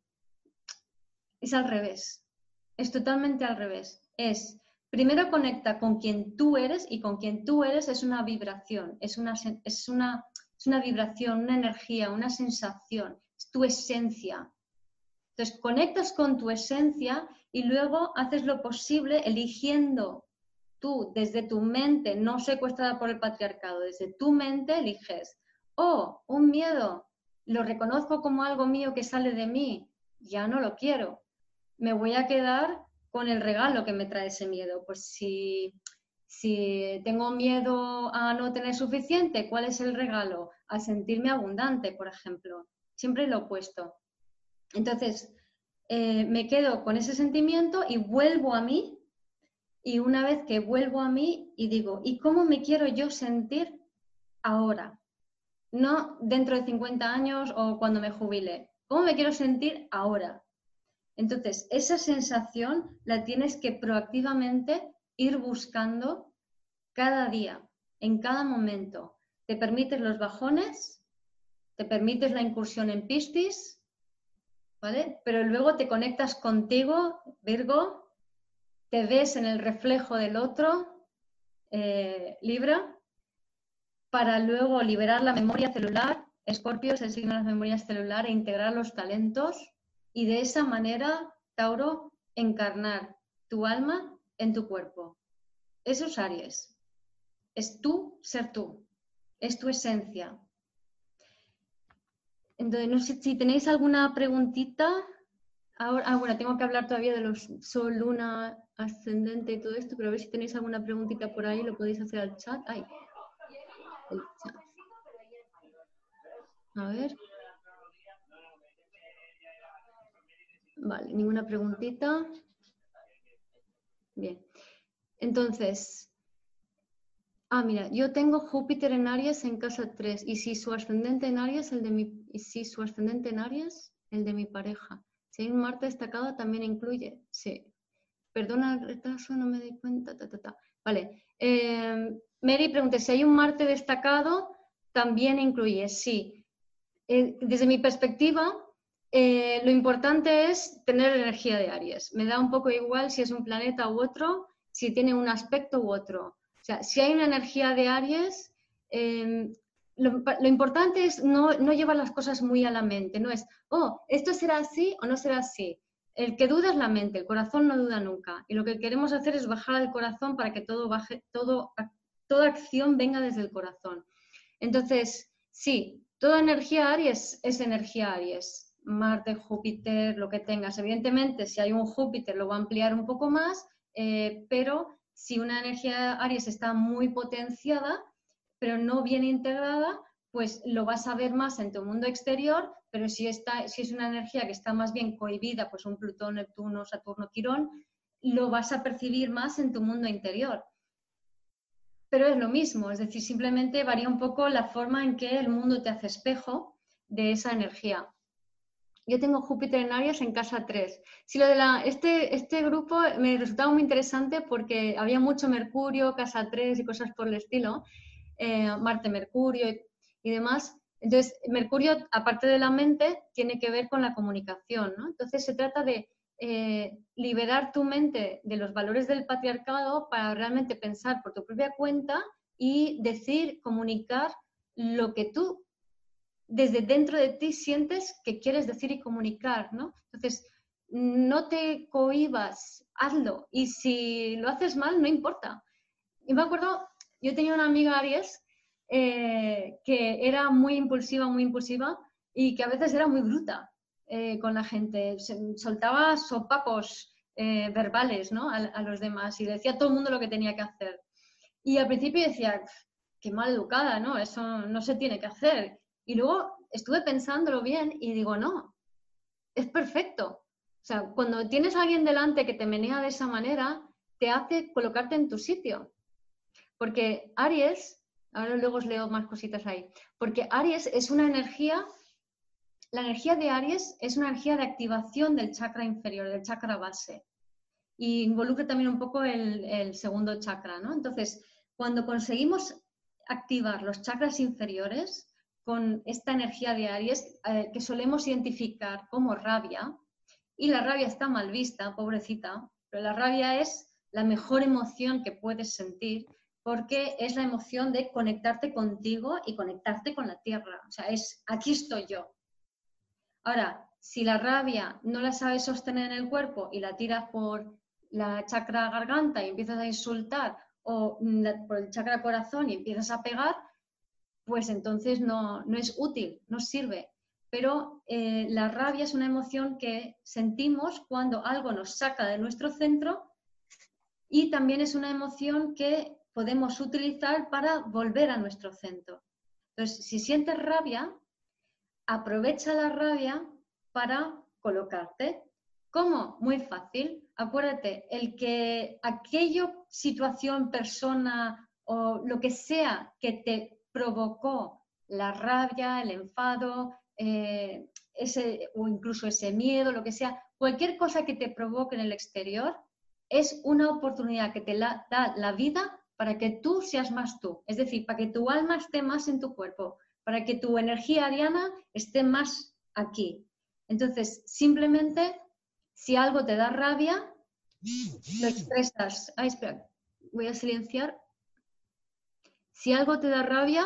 Es al revés, es totalmente al revés. Primero conecta con quien tú eres y con quien tú eres es una vibración, es una vibración, una energía, una sensación, es tu esencia. Entonces conectas con tu esencia y luego haces lo posible eligiendo tú desde tu mente, no secuestrada por el patriarcado, desde tu mente eliges, un miedo, lo reconozco como algo mío que sale de mí, ya no lo quiero, me voy a quedar con el regalo que me trae ese miedo. Pues si tengo miedo a no tener suficiente, ¿cuál es el regalo? A sentirme abundante, por ejemplo. Siempre lo opuesto. Entonces, me quedo con ese sentimiento y vuelvo a mí. Y una vez que vuelvo a mí y digo, ¿y cómo me quiero yo sentir ahora? No dentro de 50 años o cuando me jubile. ¿Cómo me quiero sentir ahora? Entonces, esa sensación la tienes que proactivamente ir buscando cada día, en cada momento. Te permites los bajones, te permites la incursión en Piscis, ¿vale? Pero luego te conectas contigo, Virgo, te ves en el reflejo del otro, Libra, para luego liberar la memoria celular. Escorpio es el signo de la memoria celular e integrar los talentos. Y de esa manera, Tauro, encarnar tu alma en tu cuerpo. Eso es Aries. Es tú ser tú. Es tu esencia. Entonces, no sé si tenéis alguna preguntita Ahora, bueno, tengo que hablar todavía de los Sol, Luna, Ascendente y todo esto, pero a ver si tenéis alguna preguntita por ahí, lo podéis hacer al chat. Ay, el chat. A ver. Vale, ninguna preguntita. Bien. Entonces, mira, yo tengo Júpiter en Aries en casa 3. Y si su ascendente en Aries, el de mi pareja. Si hay un Marte destacado, también incluye. Sí. Perdona el retraso, no me di cuenta. Vale. Mary pregunta, si hay un Marte destacado, también incluye. Sí. Desde mi perspectiva, lo importante es tener energía de Aries. Me da un poco igual si es un planeta u otro, si tiene un aspecto u otro. O sea, si hay una energía de Aries, lo importante es no llevar las cosas muy a la mente. No es, esto será así o no será así. El que duda es la mente, el corazón no duda nunca. Y lo que queremos hacer es bajar al corazón para que todo baje, toda acción venga desde el corazón. Entonces, sí, toda energía Aries es energía Aries. Marte, Júpiter, lo que tengas. Evidentemente, si hay un Júpiter lo va a ampliar un poco más, pero si una energía Aries está muy potenciada, pero no bien integrada, pues lo vas a ver más en tu mundo exterior, pero si es una energía que está más bien cohibida, pues un Plutón, Neptuno, Saturno, Quirón, lo vas a percibir más en tu mundo interior. Pero es lo mismo, es decir, simplemente varía un poco la forma en que el mundo te hace espejo de esa energía. Yo tengo Júpiter en Aries en casa 3. Sí, este grupo me resultaba muy interesante porque había mucho Mercurio, casa 3 y cosas por el estilo, Marte, Mercurio y demás. Entonces, Mercurio, aparte de la mente, tiene que ver con la comunicación, ¿no? Entonces, se trata de liberar tu mente de los valores del patriarcado para realmente pensar por tu propia cuenta y decir, comunicar lo que tú desde dentro de ti sientes que quieres decir y comunicar, ¿no? Entonces, no te cohibas, hazlo. Y si lo haces mal, no importa. Y me acuerdo, yo tenía una amiga Aries que era muy impulsiva y que a veces era muy bruta con la gente. Soltaba sopapos verbales, ¿no? a los demás y decía a todo el mundo lo que tenía que hacer. Y al principio decía, qué mal educada, ¿no? Eso no se tiene que hacer. Y luego estuve pensándolo bien y digo, no, es perfecto. O sea, cuando tienes a alguien delante que te menea de esa manera, te hace colocarte en tu sitio. Porque Aries, ahora luego os leo más cositas ahí, porque Aries es una energía, la energía de Aries es una energía de activación del chakra inferior, del chakra base. Y involucra también un poco el segundo chakra, ¿no? Entonces, cuando conseguimos activar los chakras inferiores con esta energía de Aries, que solemos identificar como rabia, y la rabia está mal vista, pobrecita, pero la rabia es la mejor emoción que puedes sentir porque es la emoción de conectarte contigo y conectarte con la tierra. O sea, es aquí estoy yo. Ahora, si la rabia no la sabes sostener en el cuerpo y la tiras por la chakra garganta y empiezas a insultar o por el chakra corazón y empiezas a pegar, pues entonces no es útil, no sirve. Pero la rabia es una emoción que sentimos cuando algo nos saca de nuestro centro y también es una emoción que podemos utilizar para volver a nuestro centro. Entonces, si sientes rabia, aprovecha la rabia para colocarte. ¿Cómo? Muy fácil. Acuérdate, situación, persona o lo que sea que te provocó la rabia, el enfado, o incluso ese miedo, lo que sea, cualquier cosa que te provoque en el exterior, es una oportunidad que te da la vida para que tú seas más tú. Es decir, para que tu alma esté más en tu cuerpo, para que tu energía ariana esté más aquí. Entonces, simplemente, si algo te da rabia, lo expresas. Ay, espera, voy a silenciar. Si algo te da rabia,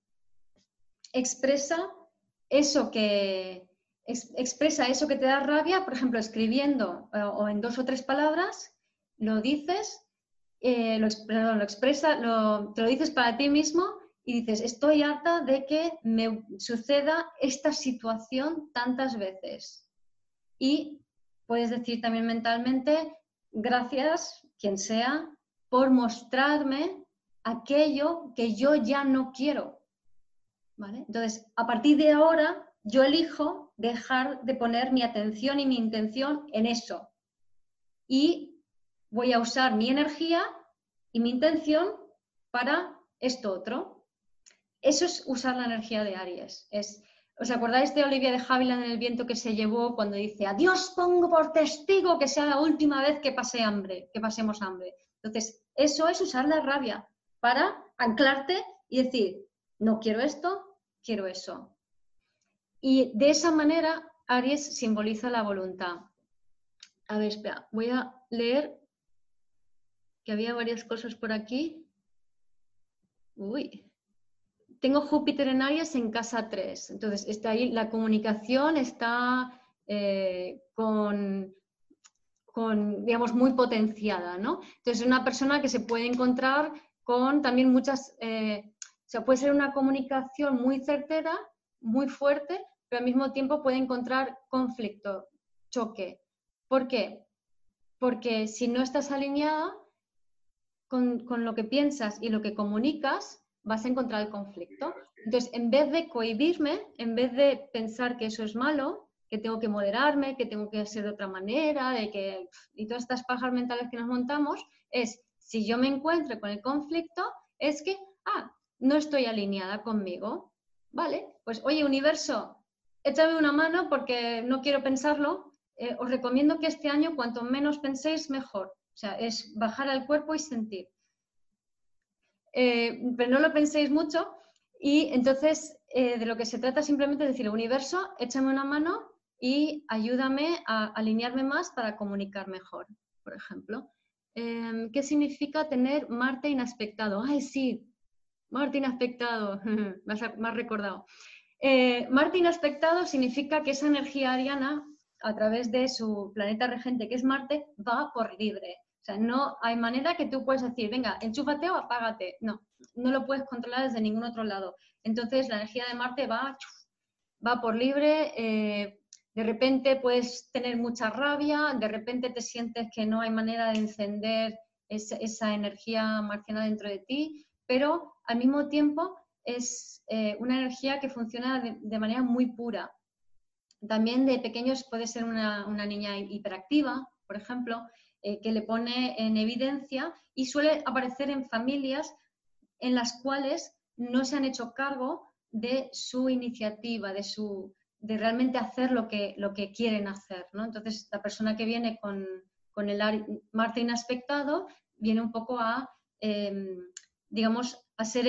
expresa eso que te da rabia, por ejemplo, escribiendo o en 2 o 3 palabras, lo dices, te lo dices para ti mismo y dices, estoy harta de que me suceda esta situación tantas veces. Y puedes decir también mentalmente, gracias, quien sea, por mostrarme aquello que yo ya no quiero, ¿vale? Entonces, a partir de ahora, yo elijo dejar de poner mi atención y mi intención en eso. Y voy a usar mi energía y mi intención para esto otro. Eso es usar la energía de Aries. ¿Os acordáis de Olivia de Havilland en El viento que se llevó cuando dice, a Dios pongo por testigo que sea la última vez que pasemos hambre? Entonces, eso es usar la rabia para anclarte y decir, no quiero esto, quiero eso. Y de esa manera, Aries simboliza la voluntad. A ver, espera, voy a leer que había varias cosas por aquí. Uy. Tengo Júpiter en Aries en casa 3, entonces está ahí la comunicación está digamos, muy potenciada, ¿no? Entonces es una persona que se puede encontrar con también muchas, o sea, puede ser una comunicación muy certera, muy fuerte, pero al mismo tiempo puede encontrar conflicto, choque. ¿Por qué? Porque si no estás alineada con lo que piensas y lo que comunicas, vas a encontrar el conflicto. Entonces, en vez de cohibirme, en vez de pensar que eso es malo, que tengo que moderarme, que tengo que ser de otra manera, y todas estas pajas mentales que nos montamos, si yo me encuentro con el conflicto, es que, no estoy alineada conmigo. Vale, pues oye, universo, échame una mano porque no quiero pensarlo. Os recomiendo que este año, cuanto menos penséis, mejor. O sea, es bajar al cuerpo y sentir. Pero no lo penséis mucho y entonces de lo que se trata simplemente es decir, universo, échame una mano y ayúdame a alinearme más para comunicar mejor, por ejemplo. ¿Qué significa tener Marte inaspectado? ¡Ay, sí! Marte inaspectado, me has recordado. Marte inaspectado significa que esa energía ariana, a través de su planeta regente, que es Marte, va por libre. O sea, no hay manera que tú puedas decir, venga, enchúfate o apágate. No, no lo puedes controlar desde ningún otro lado. Entonces, la energía de Marte va por libre. De repente puedes tener mucha rabia, de repente te sientes que no hay manera de encender esa energía marciana dentro de ti, pero al mismo tiempo es una energía que funciona de manera muy pura. También de pequeños puede ser una niña hiperactiva, por ejemplo, que le pone en evidencia y suele aparecer en familias en las cuales no se han hecho cargo de su iniciativa, de realmente hacer lo que quieren hacer, ¿no? Entonces, la persona que viene con el Marte inaspectado viene un poco a, digamos, a ser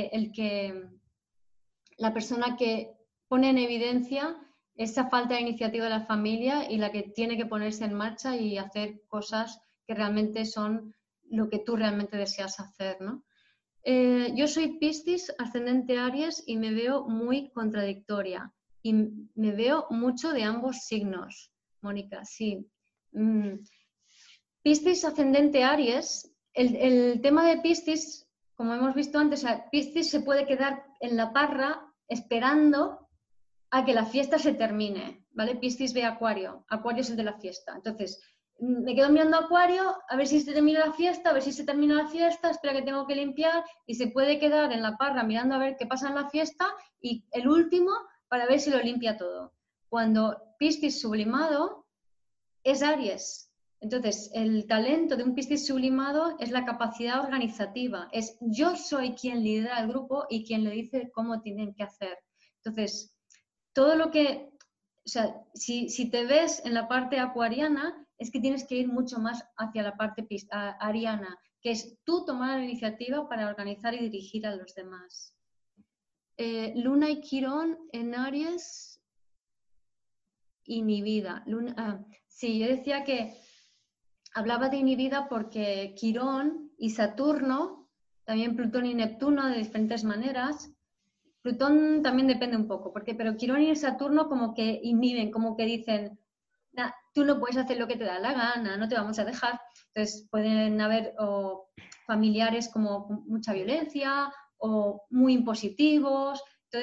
la persona que pone en evidencia esa falta de iniciativa de la familia y la que tiene que ponerse en marcha y hacer cosas que realmente son lo que tú realmente deseas hacer, ¿no? Yo soy Piscis, ascendente Aries, y me veo muy contradictoria. Y me veo mucho de ambos signos, Mónica, sí. Piscis, ascendente Aries, el tema de Piscis, como hemos visto antes, o sea, Piscis se puede quedar en la parra esperando a que la fiesta se termine, ¿vale? Piscis ve Acuario, Acuario es el de la fiesta. Entonces, me quedo mirando Acuario, a ver si se termina la fiesta, a ver si se termina la fiesta, espera que tengo que limpiar, y se puede quedar en la parra mirando a ver qué pasa en la fiesta, y el último para ver si lo limpia todo. Cuando Piscis sublimado es Aries. Entonces, el talento de un Piscis sublimado es la capacidad organizativa, es yo soy quien lidera el grupo y quien le dice cómo tienen que hacer. Entonces, todo lo que, o sea, si te ves en la parte acuariana, es que tienes que ir mucho más hacia la parte ariana, que es tú tomar la iniciativa para organizar y dirigir a los demás. Luna y Quirón en Aries, inhibida. Sí, yo decía que hablaba de inhibida porque Quirón y Saturno, también Plutón y Neptuno de diferentes maneras. Plutón también depende un poco, pero Quirón y Saturno como que inhiben, como que dicen, nah, tú no puedes hacer lo que te da la gana, no te vamos a dejar. Entonces pueden haber familiares como mucha violencia o muy impositivos. Entonces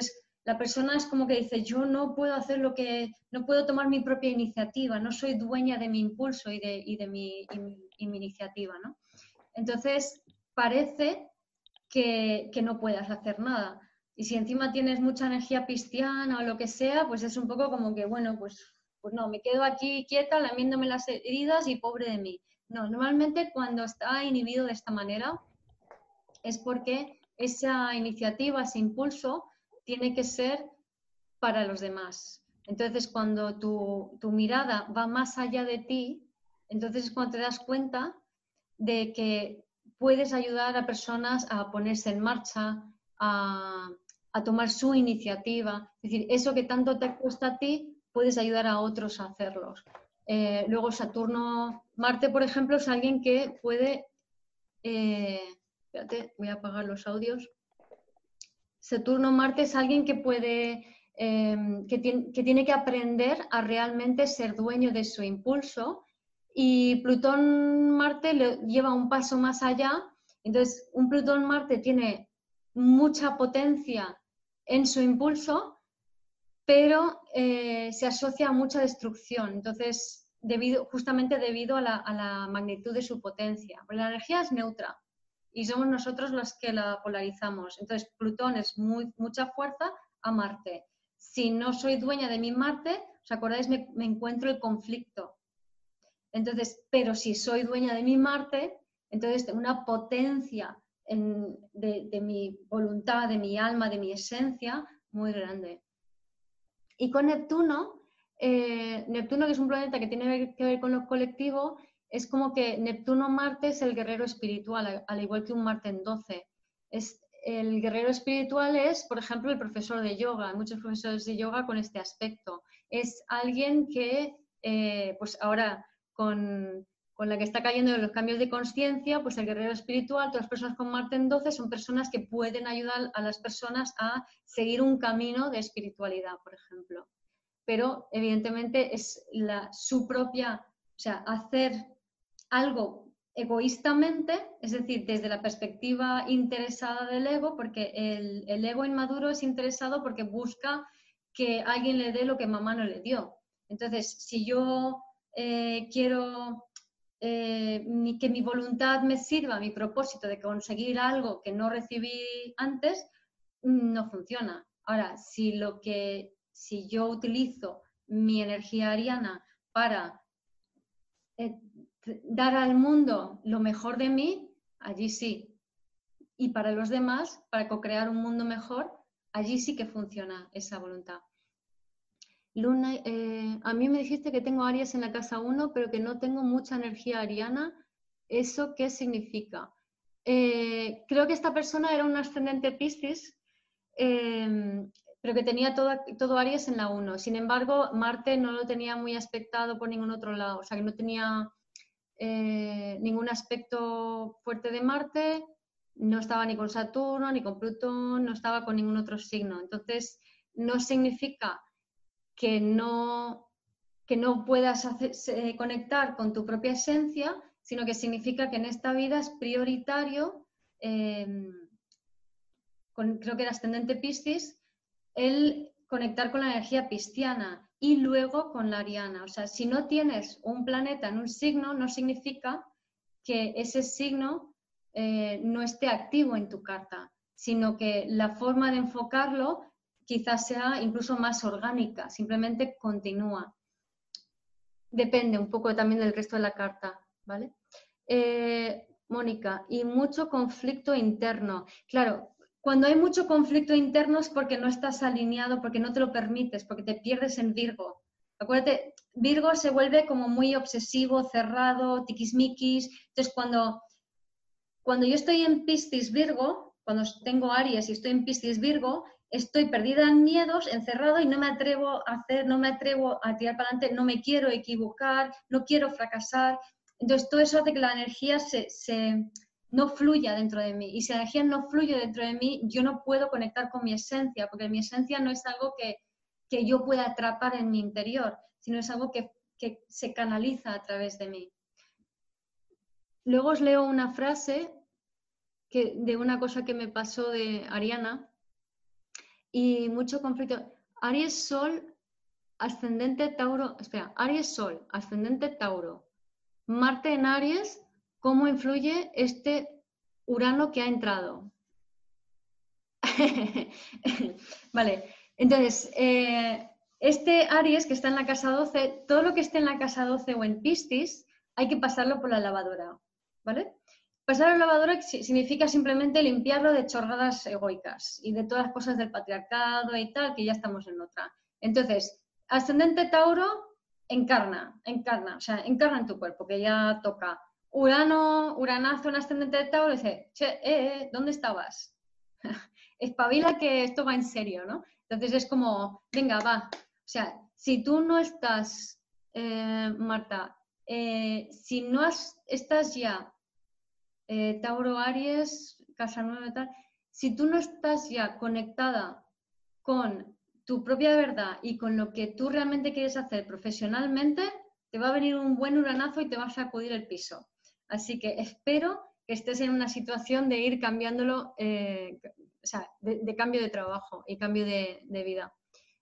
la persona es como que dice, yo no puedo hacer no puedo tomar mi propia iniciativa, no soy dueña de mi impulso y de mi iniciativa, ¿no? Entonces, parece que no puedas hacer nada. Y si encima tienes mucha energía pisciana o lo que sea, pues es un poco como que, bueno, pues no, me quedo aquí quieta, lamiéndome las heridas y pobre de mí. No, normalmente cuando está inhibido de esta manera es porque esa iniciativa, ese impulso, tiene que ser para los demás. Entonces, cuando tu mirada va más allá de ti, entonces es cuando te das cuenta de que puedes ayudar a personas a ponerse en marcha, a tomar su iniciativa. Es decir, eso que tanto te cuesta a ti, puedes ayudar a otros a hacerlos. Luego Saturno, Marte, por ejemplo, es alguien que puede... espérate, voy a apagar los audios. Saturno, Marte es alguien que puede... que tiene que aprender a realmente ser dueño de su impulso, y Plutón-Marte le lleva un paso más allá. Entonces, un Plutón-Marte tiene mucha potencia en su impulso, pero se asocia a mucha destrucción. Entonces, justamente debido a la magnitud de su potencia. La energía es neutra y somos nosotros los que la polarizamos. Entonces, Plutón es mucha fuerza a Marte. Si no soy dueña de mi Marte, ¿os acordáis? Me encuentro el conflicto. Entonces, pero si soy dueña de mi Marte, entonces tengo una potencia de mi voluntad, de mi alma, de mi esencia muy grande. Y con Neptuno, Neptuno, que es un planeta que tiene que ver con lo colectivo, es como que Neptuno-Marte es el guerrero espiritual, al igual que un Marte en 12. El guerrero espiritual es, por ejemplo, el profesor de yoga. Hay muchos profesores de yoga con este aspecto. Es alguien que, pues ahora, con la que está cayendo en los cambios de conciencia, pues el guerrero espiritual, todas las personas con Marte en 12 son personas que pueden ayudar a las personas a seguir un camino de espiritualidad, por ejemplo. Pero evidentemente es su propia, o sea, hacer algo egoístamente, es decir, desde la perspectiva interesada del ego, porque el ego inmaduro es interesado porque busca que alguien le dé lo que mamá no le dio. Entonces, si yo quiero que mi voluntad me sirva a mi propósito de conseguir algo que no recibí antes, no funciona. Ahora, si yo utilizo mi energía ariana para dar al mundo lo mejor de mí, allí sí. Y para los demás, para co-crear un mundo mejor, allí sí que funciona esa voluntad. Luna, a mí me dijiste que tengo Aries en la casa 1, pero que no tengo mucha energía ariana. ¿Eso qué significa? Creo que esta persona era un ascendente Piscis, pero que tenía todo Aries en la 1. Sin embargo, Marte no lo tenía muy aspectado por ningún otro lado. O sea, que no tenía ningún aspecto fuerte de Marte, no estaba ni con Saturno, ni con Plutón, no estaba con ningún otro signo. Entonces, no significa que no puedas conectar con tu propia esencia, sino que significa que en esta vida es prioritario, creo que era ascendente Piscis, el conectar con la energía pisciana y luego con la ariana. O sea, si no tienes un planeta en un signo, no significa que ese signo no esté activo en tu carta, sino que la forma de enfocarlo quizás sea incluso más orgánica, simplemente continúa. Depende un poco también del resto de la carta, ¿vale? Mónica, y mucho conflicto interno. Claro, cuando hay mucho conflicto interno es porque no estás alineado, porque no te lo permites, porque te pierdes en Virgo. Acuérdate, Virgo se vuelve como muy obsesivo, cerrado, tiquismiquis. Entonces, cuando yo estoy en Piscis Virgo, cuando tengo Aries y estoy en Piscis Virgo, estoy perdida en miedos, encerrado y no me atrevo a hacer, no me atrevo a tirar para adelante, no me quiero equivocar, no quiero fracasar. Entonces, todo eso hace que la energía no fluya dentro de mí. Y si la energía no fluye dentro de mí, yo no puedo conectar con mi esencia, porque mi esencia no es algo que yo pueda atrapar en mi interior, sino es algo que se canaliza a través de mí. Luego os leo una frase de una cosa que me pasó de Ariana. y mucho conflicto. Aries Sol, ascendente Tauro, espera, Aries Sol, ascendente Tauro, Marte en Aries, ¿cómo influye este Urano que ha entrado? Vale, entonces, este Aries que está en la casa 12, todo lo que esté en la casa 12 o en Piscis, hay que pasarlo por la lavadora, ¿vale? Pasar a la lavadora significa simplemente limpiarlo de chorradas egoicas y de todas las cosas del patriarcado y tal, que ya estamos en otra. Entonces, ascendente Tauro, encarna, o sea, encarna en tu cuerpo, que ya toca. Uranazo en ascendente de Tauro, dice, che, ¿dónde estabas? Espabila que esto va en serio, ¿no? Entonces es como, venga, va. O sea, si tú no estás, Marta, si no estás ya, Tauro Aries, Casa 9 tal, si tú no estás ya conectada con tu propia verdad y con lo que tú realmente quieres hacer profesionalmente, te va a venir un buen uranazo y te va a sacudir el piso. Así que espero que estés en una situación de ir cambiándolo, o sea, de cambio de trabajo y cambio de vida.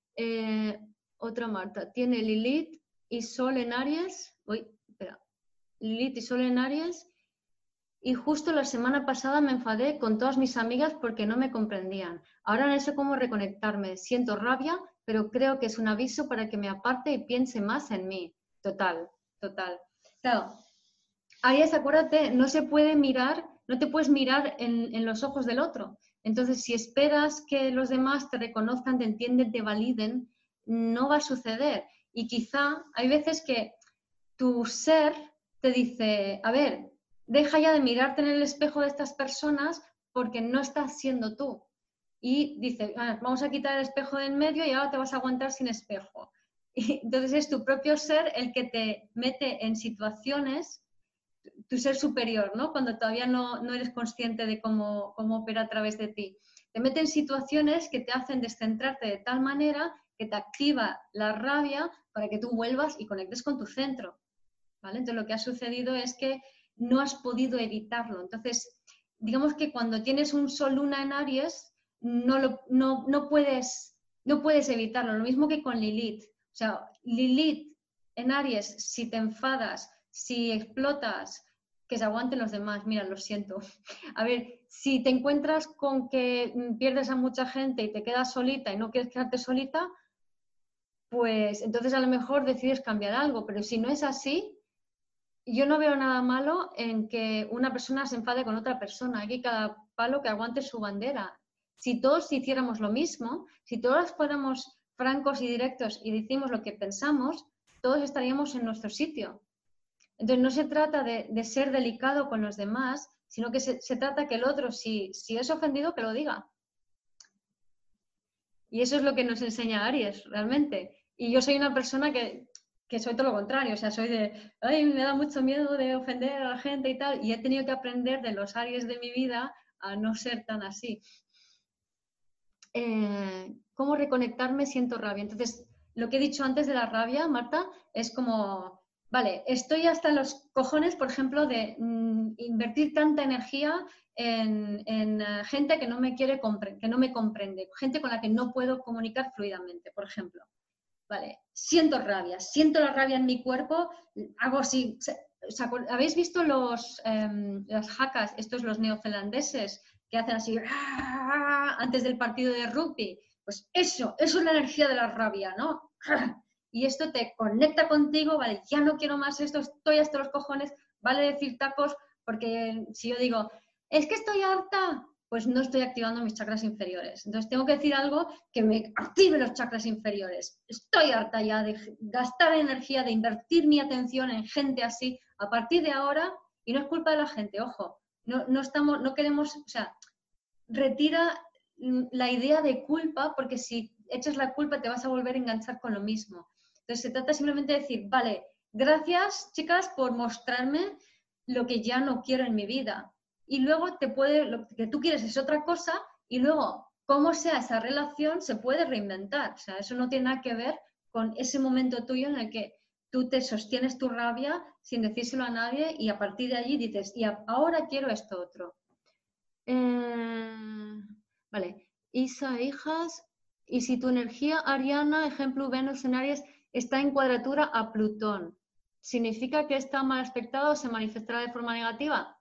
Otra Marta, tiene Lilith y Sol en Aries. Uy, espera. Lilith y Sol en Aries. Y justo la semana pasada me enfadé con todas mis amigas porque no me comprendían. Ahora no sé cómo reconectarme. Siento rabia, pero creo que es un aviso para que me aparte y piense más en mí. Total, total. Claro, Aries, acuérdate, no se puede mirar, no te puedes mirar en los ojos del otro. Entonces, si esperas que los demás te reconozcan, te entienden, te validen, no va a suceder. Y quizá hay veces que tu ser te dice, a ver, deja ya de mirarte en el espejo de estas personas porque no estás siendo tú. Y dice, vamos a quitar el espejo de en medio y ahora te vas a aguantar sin espejo. Y entonces es tu propio ser el que te mete en situaciones, tu ser superior, ¿no? Cuando todavía no eres consciente de cómo opera a través de ti. Te mete en situaciones que te hacen descentrarte de tal manera que te activa la rabia para que tú vuelvas y conectes con tu centro. ¿Vale? Entonces lo que ha sucedido es que no has podido evitarlo. Entonces, digamos que cuando tienes un Sol Luna en Aries, no puedes evitarlo. Lo mismo que con Lilith. O sea, Lilith en Aries, si te enfadas, si explotas, que se aguanten los demás. Mira, lo siento. A ver, si te encuentras con que pierdes a mucha gente y te quedas solita y no quieres quedarte solita, pues entonces a lo mejor decides cambiar algo. Pero si no es así, yo no veo nada malo en que una persona se enfade con otra persona. Aquí cada palo que aguante su bandera. Si todos hiciéramos lo mismo, si todos fuéramos francos y directos y decimos lo que pensamos, todos estaríamos en nuestro sitio. Entonces no se trata de ser delicado con los demás, sino que se trata que el otro, si es ofendido, que lo diga. Y eso es lo que nos enseña Aries, realmente. Y yo soy una persona que soy todo lo contrario, o sea, soy de, ay, me da mucho miedo de ofender a la gente y tal, y he tenido que aprender de los Aries de mi vida a no ser tan así. ¿Cómo reconectarme? Siento rabia. Entonces, lo que he dicho antes de la rabia, Marta, es como, vale, estoy hasta los cojones, por ejemplo, de invertir tanta energía en gente que no me quiere que no me comprende, gente con la que no puedo comunicar fluidamente, por ejemplo. Vale, siento rabia, siento la rabia en mi cuerpo, hago así. ¿Habéis visto las hackas, estos los neozelandeses, que hacen así antes del partido de rugby? Pues eso es la energía de la rabia, ¿no? Y esto te conecta contigo, vale, ya no quiero más esto, estoy hasta los cojones, vale decir tacos, porque si yo digo, es que estoy harta, pues no estoy activando mis chakras inferiores. Entonces tengo que decir algo que me active los chakras inferiores. Estoy harta ya de gastar energía, de invertir mi atención en gente así. A partir de ahora, y no es culpa de la gente, ojo, no queremos, o sea, retira la idea de culpa, porque si echas la culpa te vas a volver a enganchar con lo mismo. Entonces se trata simplemente de decir, vale, gracias chicas por mostrarme lo que ya no quiero en mi vida. Y luego lo que tú quieres es otra cosa y luego, como sea esa relación, se puede reinventar. O sea, eso no tiene nada que ver con ese momento tuyo en el que tú te sostienes tu rabia sin decírselo a nadie y a partir de allí dices, y ahora quiero esto otro. Vale, Isa, hijas, y si tu energía ariana, ejemplo Venus en Aries, está en cuadratura a Plutón, ¿significa que está mal aspectado o se manifestará de forma negativa?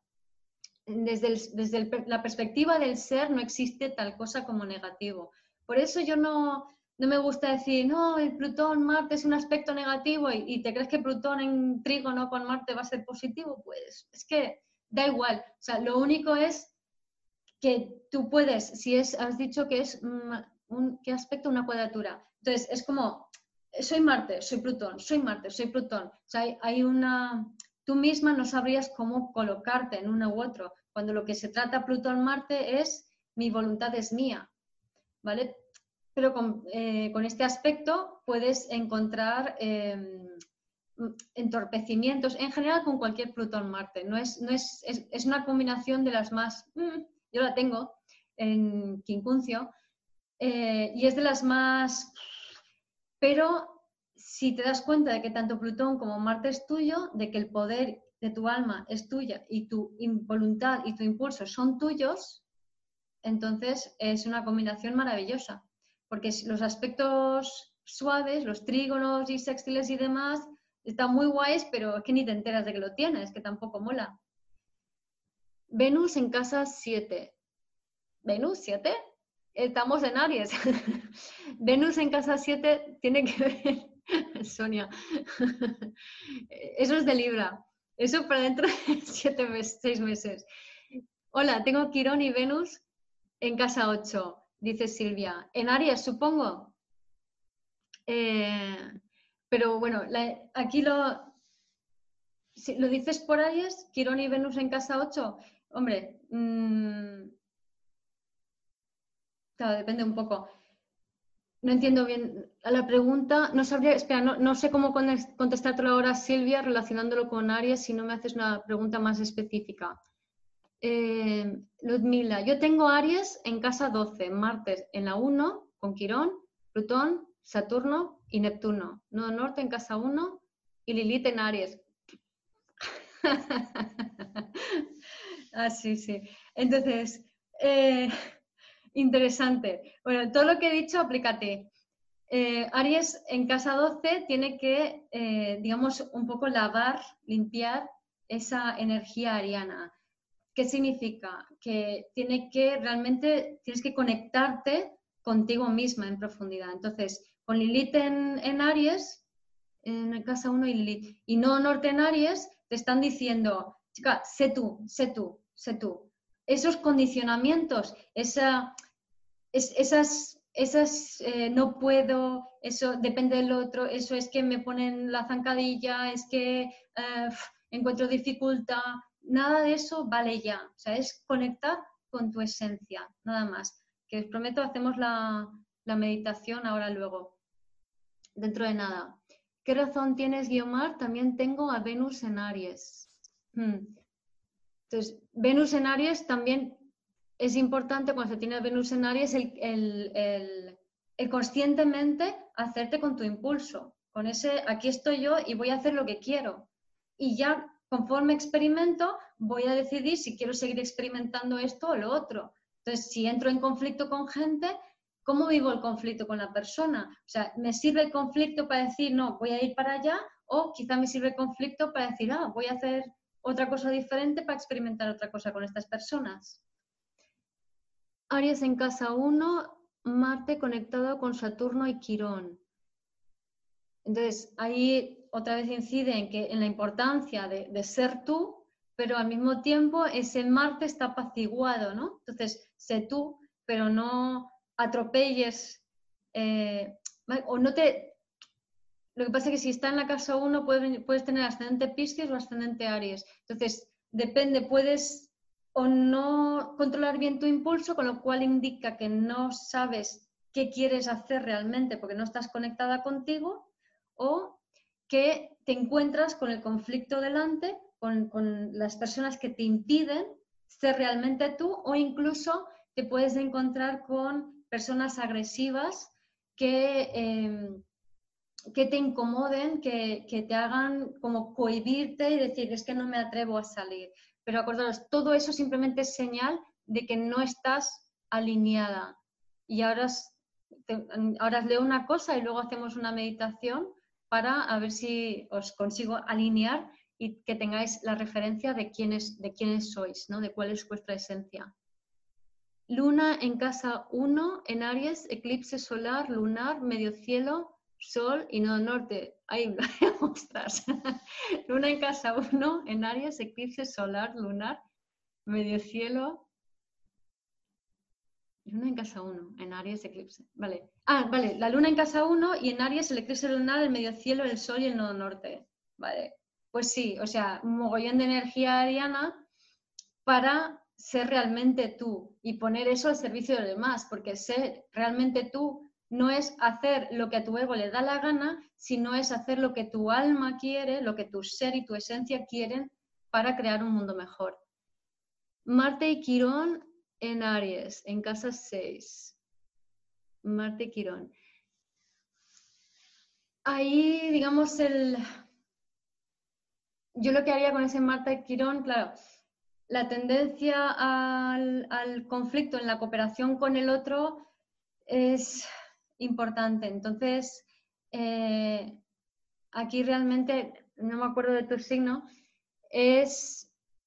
Desde la perspectiva del ser no existe tal cosa como negativo. Por eso yo no me gusta decir, no, el Plutón, Marte es un aspecto negativo y te crees que Plutón en trígono con Marte va a ser positivo. Pues es que da igual. O sea, lo único es que tú puedes, si has dicho que es ¿qué aspecto? Una cuadratura. Entonces es como, soy Marte, soy Plutón, soy Marte, soy Plutón. O sea, hay una... Tú misma no sabrías cómo colocarte en uno u otro, cuando lo que se trata Plutón-Marte es mi voluntad es mía, ¿vale? Pero con este aspecto puedes encontrar entorpecimientos, en general con cualquier Plutón-Marte. Es una combinación de las más... yo la tengo en Quincuncio y es de las más... Pero si te das cuenta de que tanto Plutón como Marte es tuyo, de que el poder de tu alma es tuya y tu voluntad y tu impulso son tuyos, entonces es una combinación maravillosa. Porque los aspectos suaves, los trígonos y sextiles y demás, están muy guays, pero es que ni te enteras de que lo tienes, que tampoco mola. Venus en casa 7. ¿Venus 7? Estamos en Aries. Venus en casa 7 tiene que ver, Sonia, eso es de Libra, eso para dentro de 6 meses. Hola, tengo Quirón y Venus en casa 8, dice Silvia. En Aries, supongo. Pero bueno, aquí si lo dices por Aries, Quirón y Venus en casa 8. Hombre, claro, depende un poco. No entiendo bien la pregunta. No sabría, espera, no sé cómo contestártelo ahora, Silvia, relacionándolo con Aries, si no me haces una pregunta más específica. Ludmila, yo tengo Aries en casa 12, Marte en la 1, con Quirón, Plutón, Saturno y Neptuno. Nodo norte en casa 1 y Lilith en Aries. Sí, sí. Entonces, interesante. Bueno, todo lo que he dicho, aplícate. Aries en casa 12 tiene que, digamos, un poco lavar, limpiar esa energía ariana. ¿Qué significa? Que realmente tienes que conectarte contigo misma en profundidad. Entonces, con Lilith en Aries, en el casa 1 y Lilith, y no Norte en Aries, te están diciendo, chica, sé tú, sé tú, sé tú. Esos condicionamientos, esas no puedo, eso depende del otro, eso es que me ponen la zancadilla, es que encuentro dificultad, nada de eso vale ya. O sea, es conectar con tu esencia, nada más. Que os prometo, hacemos la meditación ahora luego, dentro de nada. ¿Qué razón tienes, Guiomar? También tengo a Venus en Aries. Entonces, Venus en Aries también es importante cuando se tiene Venus en Aries el conscientemente hacerte con tu impulso, con ese aquí estoy yo y voy a hacer lo que quiero. Y ya conforme experimento voy a decidir si quiero seguir experimentando esto o lo otro. Entonces, si entro en conflicto con gente, ¿cómo vivo el conflicto con la persona? O sea, ¿me sirve el conflicto para decir, no, voy a ir para allá? O quizá me sirve el conflicto para decir, voy a hacer otra cosa diferente para experimentar otra cosa con estas personas. Aries en casa 1, Marte conectado con Saturno y Quirón. Entonces, ahí otra vez incide en la importancia de ser tú, pero al mismo tiempo ese Marte está apaciguado, ¿no? Entonces, sé tú, pero no atropelles o no te... Lo que pasa es que si está en la casa 1 puedes tener ascendente Piscis o ascendente Aries. Entonces, depende, puedes o no controlar bien tu impulso, con lo cual indica que no sabes qué quieres hacer realmente porque no estás conectada contigo, o que te encuentras con el conflicto delante, con las personas que te impiden ser realmente tú, o incluso te puedes encontrar con personas agresivas que te incomoden, que te hagan como cohibirte y decir, es que no me atrevo a salir. Pero acordaros, todo eso simplemente es señal de que no estás alineada. Y ahora ahora os leo una cosa y luego hacemos una meditación para a ver si os consigo alinear y que tengáis la referencia de quiénes sois, ¿no? De cuál es vuestra esencia. Luna en casa 1 en Aries, eclipse solar, lunar, medio cielo, Sol y nodo norte. Ahí, ostras. Luna en casa 1 en Aries, eclipse solar, lunar, medio cielo. Luna en casa 1 en Aries, eclipse. Vale. Vale. La luna en casa 1 y en Aries el eclipse lunar, el medio cielo, el Sol y el nodo norte. Vale. Pues sí, o sea, un mogollón de energía ariana para ser realmente tú y poner eso al servicio de los demás, porque ser realmente tú no es hacer lo que a tu ego le da la gana, sino es hacer lo que tu alma quiere, lo que tu ser y tu esencia quieren para crear un mundo mejor. Marte y Quirón en Aries, en casa 6. Marte y Quirón. Ahí, digamos, yo lo que haría con ese Marte y Quirón, claro, la tendencia al conflicto en la cooperación con el otro es importante. Entonces, aquí realmente, no me acuerdo de tu signo, es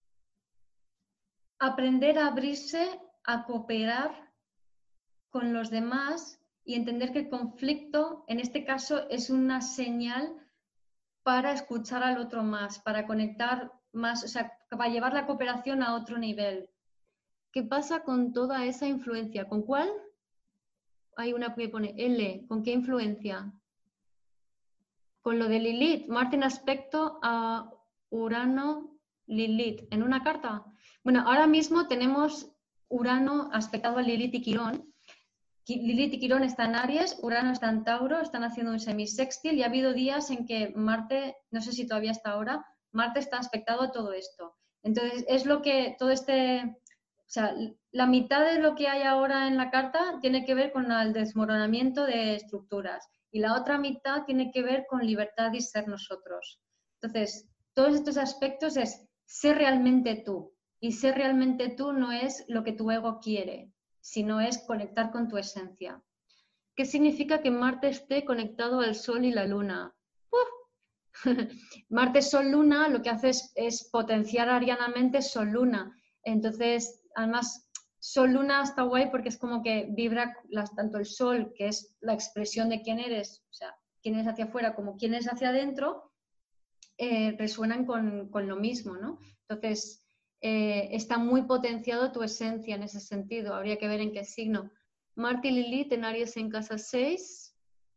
aprender a abrirse, a cooperar con los demás y entender que el conflicto, en este caso, es una señal para escuchar al otro más, para conectar más, o sea, para llevar la cooperación a otro nivel. ¿Qué pasa con toda esa influencia? ¿Con cuál? Hay una que pone L. ¿Con qué influencia? Con lo de Lilith. Marte en aspecto a Urano, Lilith. ¿En una carta? Bueno, ahora mismo tenemos Urano aspectado a Lilith y Quirón. Lilith y Quirón están en Aries, Urano está en Tauro, están haciendo un semisextil y ha habido días en que Marte, no sé si todavía está ahora, Marte está aspectado a todo esto. Entonces, es lo que todo este, o sea, la mitad de lo que hay ahora en la carta tiene que ver con el desmoronamiento de estructuras y la otra mitad tiene que ver con libertad y ser nosotros. Entonces, todos estos aspectos es ser realmente tú y ser realmente tú no es lo que tu ego quiere, sino es conectar con tu esencia. ¿Qué significa que Marte esté conectado al Sol y la Luna? Marte, Sol, Luna, lo que hace es potenciar arianamente Sol-Luna. Entonces, además, Sol-Luna está guay porque es como que vibra tanto el Sol, que es la expresión de quién eres, o sea, quién eres hacia afuera como quién es hacia adentro, resuenan con lo mismo, ¿no? Entonces, está muy potenciado tu esencia en ese sentido. Habría que ver en qué signo. Marte y Lilith en Aries en casa 6.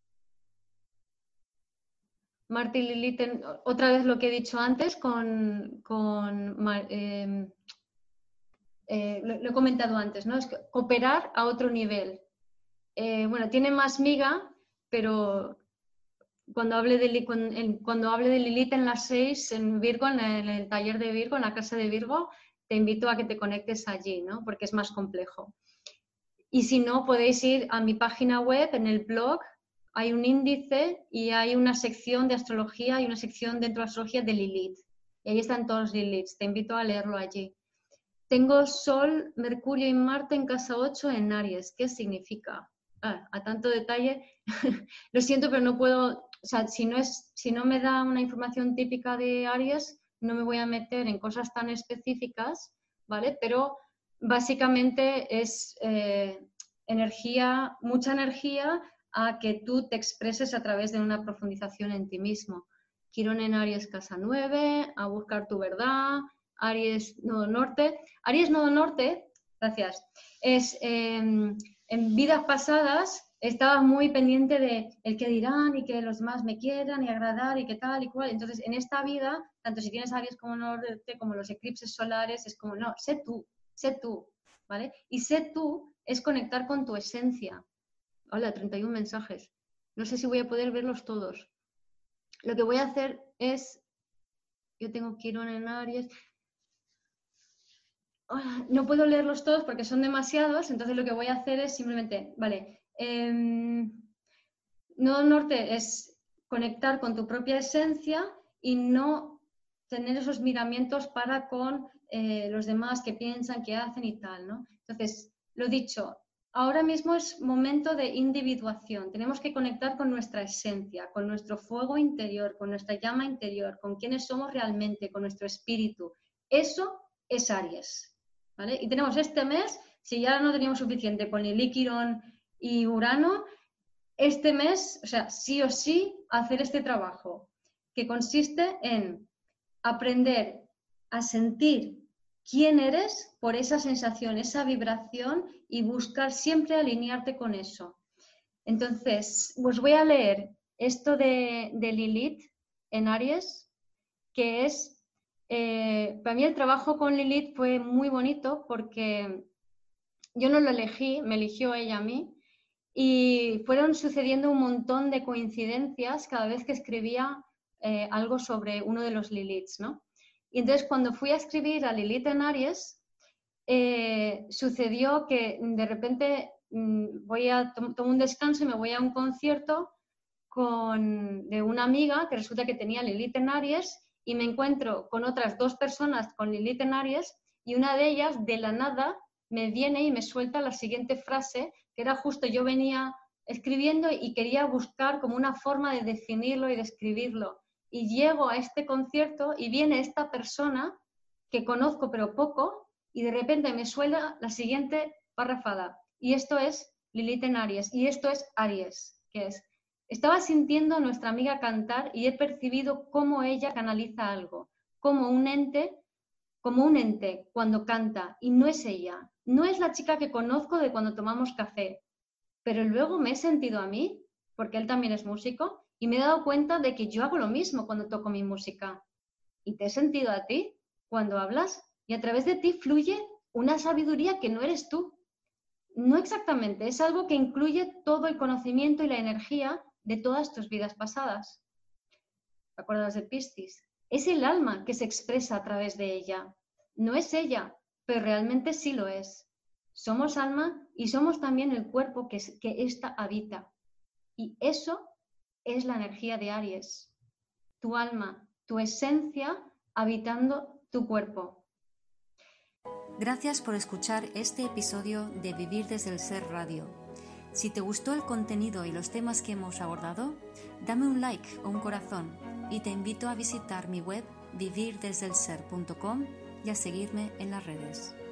Marte y Lilith, otra vez lo que he dicho antes, lo he comentado antes, ¿no? Es cooperar a otro nivel. Bueno, tiene más miga, pero cuando hable de Lilith en las 6, en Virgo, en el taller de Virgo, en la clase de Virgo, te invito a que te conectes allí, ¿no? Porque es más complejo. Y si no, podéis ir a mi página web, en el blog, hay un índice y hay una sección de astrología y una sección dentro de astrología de Lilith. Y ahí están todos los Liliths. Te invito a leerlo allí. Tengo Sol, Mercurio y Marte en casa 8 en Aries. ¿Qué significa? A tanto detalle, lo siento, pero no puedo, o sea, si no me da una información típica de Aries, no me voy a meter en cosas tan específicas, ¿vale? Pero básicamente es energía, mucha energía a que tú te expreses a través de una profundización en ti mismo. Quirón en Aries, casa 9, a buscar tu verdad, Aries, nodo norte. Aries, nodo norte, gracias, es en vidas pasadas estaba muy pendiente de el que dirán y que los demás me quieran y agradar y qué tal y cual. Entonces, en esta vida, tanto si tienes Aries como norte, como los eclipses solares, es como, no, sé tú, ¿vale? Y sé tú es conectar con tu esencia. Hola, 31 mensajes. No sé si voy a poder verlos todos. Lo que voy a hacer es, yo tengo Quirón en Aries, no puedo leerlos todos porque son demasiados, entonces lo que voy a hacer es simplemente, vale, nodo norte es conectar con tu propia esencia y no tener esos miramientos para con los demás que piensan, que hacen y tal, ¿no? Entonces, lo dicho, ahora mismo es momento de individuación. Tenemos que conectar con nuestra esencia, con nuestro fuego interior, con nuestra llama interior, con quiénes somos realmente, con nuestro espíritu. Eso es Aries, ¿vale? Y tenemos este mes, si ya no teníamos suficiente con Lilith, Quirón y Urano, este mes, o sea, sí o sí, hacer este trabajo, que consiste en aprender a sentir quién eres por esa sensación, esa vibración y buscar siempre alinearte con eso. Entonces, os voy a leer esto de Lilith en Aries, que es, para mí el trabajo con Lilith fue muy bonito porque yo no lo elegí, me eligió ella a mí, y fueron sucediendo un montón de coincidencias cada vez que escribía algo sobre uno de los Liliths, ¿no? Y entonces cuando fui a escribir a Lilith en Aries, sucedió que de repente tomo un descanso y me voy a un concierto de una amiga que resulta que tenía Lilith en Aries y me encuentro con otras 2 personas con Lilith en Aries y una de ellas de la nada me viene y me suelta la siguiente frase, que era justo yo venía escribiendo y quería buscar como una forma de definirlo y describirlo. Y llego a este concierto y viene esta persona que conozco pero poco y de repente me suelta la siguiente parrafada. Y esto es Lilith en Aries y esto es Aries, que es: estaba sintiendo a nuestra amiga cantar y he percibido cómo ella canaliza algo, como un ente cuando canta, y no es ella, no es la chica que conozco de cuando tomamos café, pero luego me he sentido a mí, porque él también es músico, y me he dado cuenta de que yo hago lo mismo cuando toco mi música. Y te he sentido a ti cuando hablas, y a través de ti fluye una sabiduría que no eres tú. No exactamente, es algo que incluye todo el conocimiento y la energía de todas tus vidas pasadas. ¿Te acuerdas de Piscis? Es el alma que se expresa a través de ella. No es ella, pero realmente sí lo es. Somos alma y somos también el cuerpo que ésta habita. Y eso es la energía de Aries. Tu alma, tu esencia habitando tu cuerpo. Gracias por escuchar este episodio de Vivir desde el Ser Radio. Si te gustó el contenido y los temas que hemos abordado, dame un like o un corazón y te invito a visitar mi web vivirdesdelser.com y a seguirme en las redes.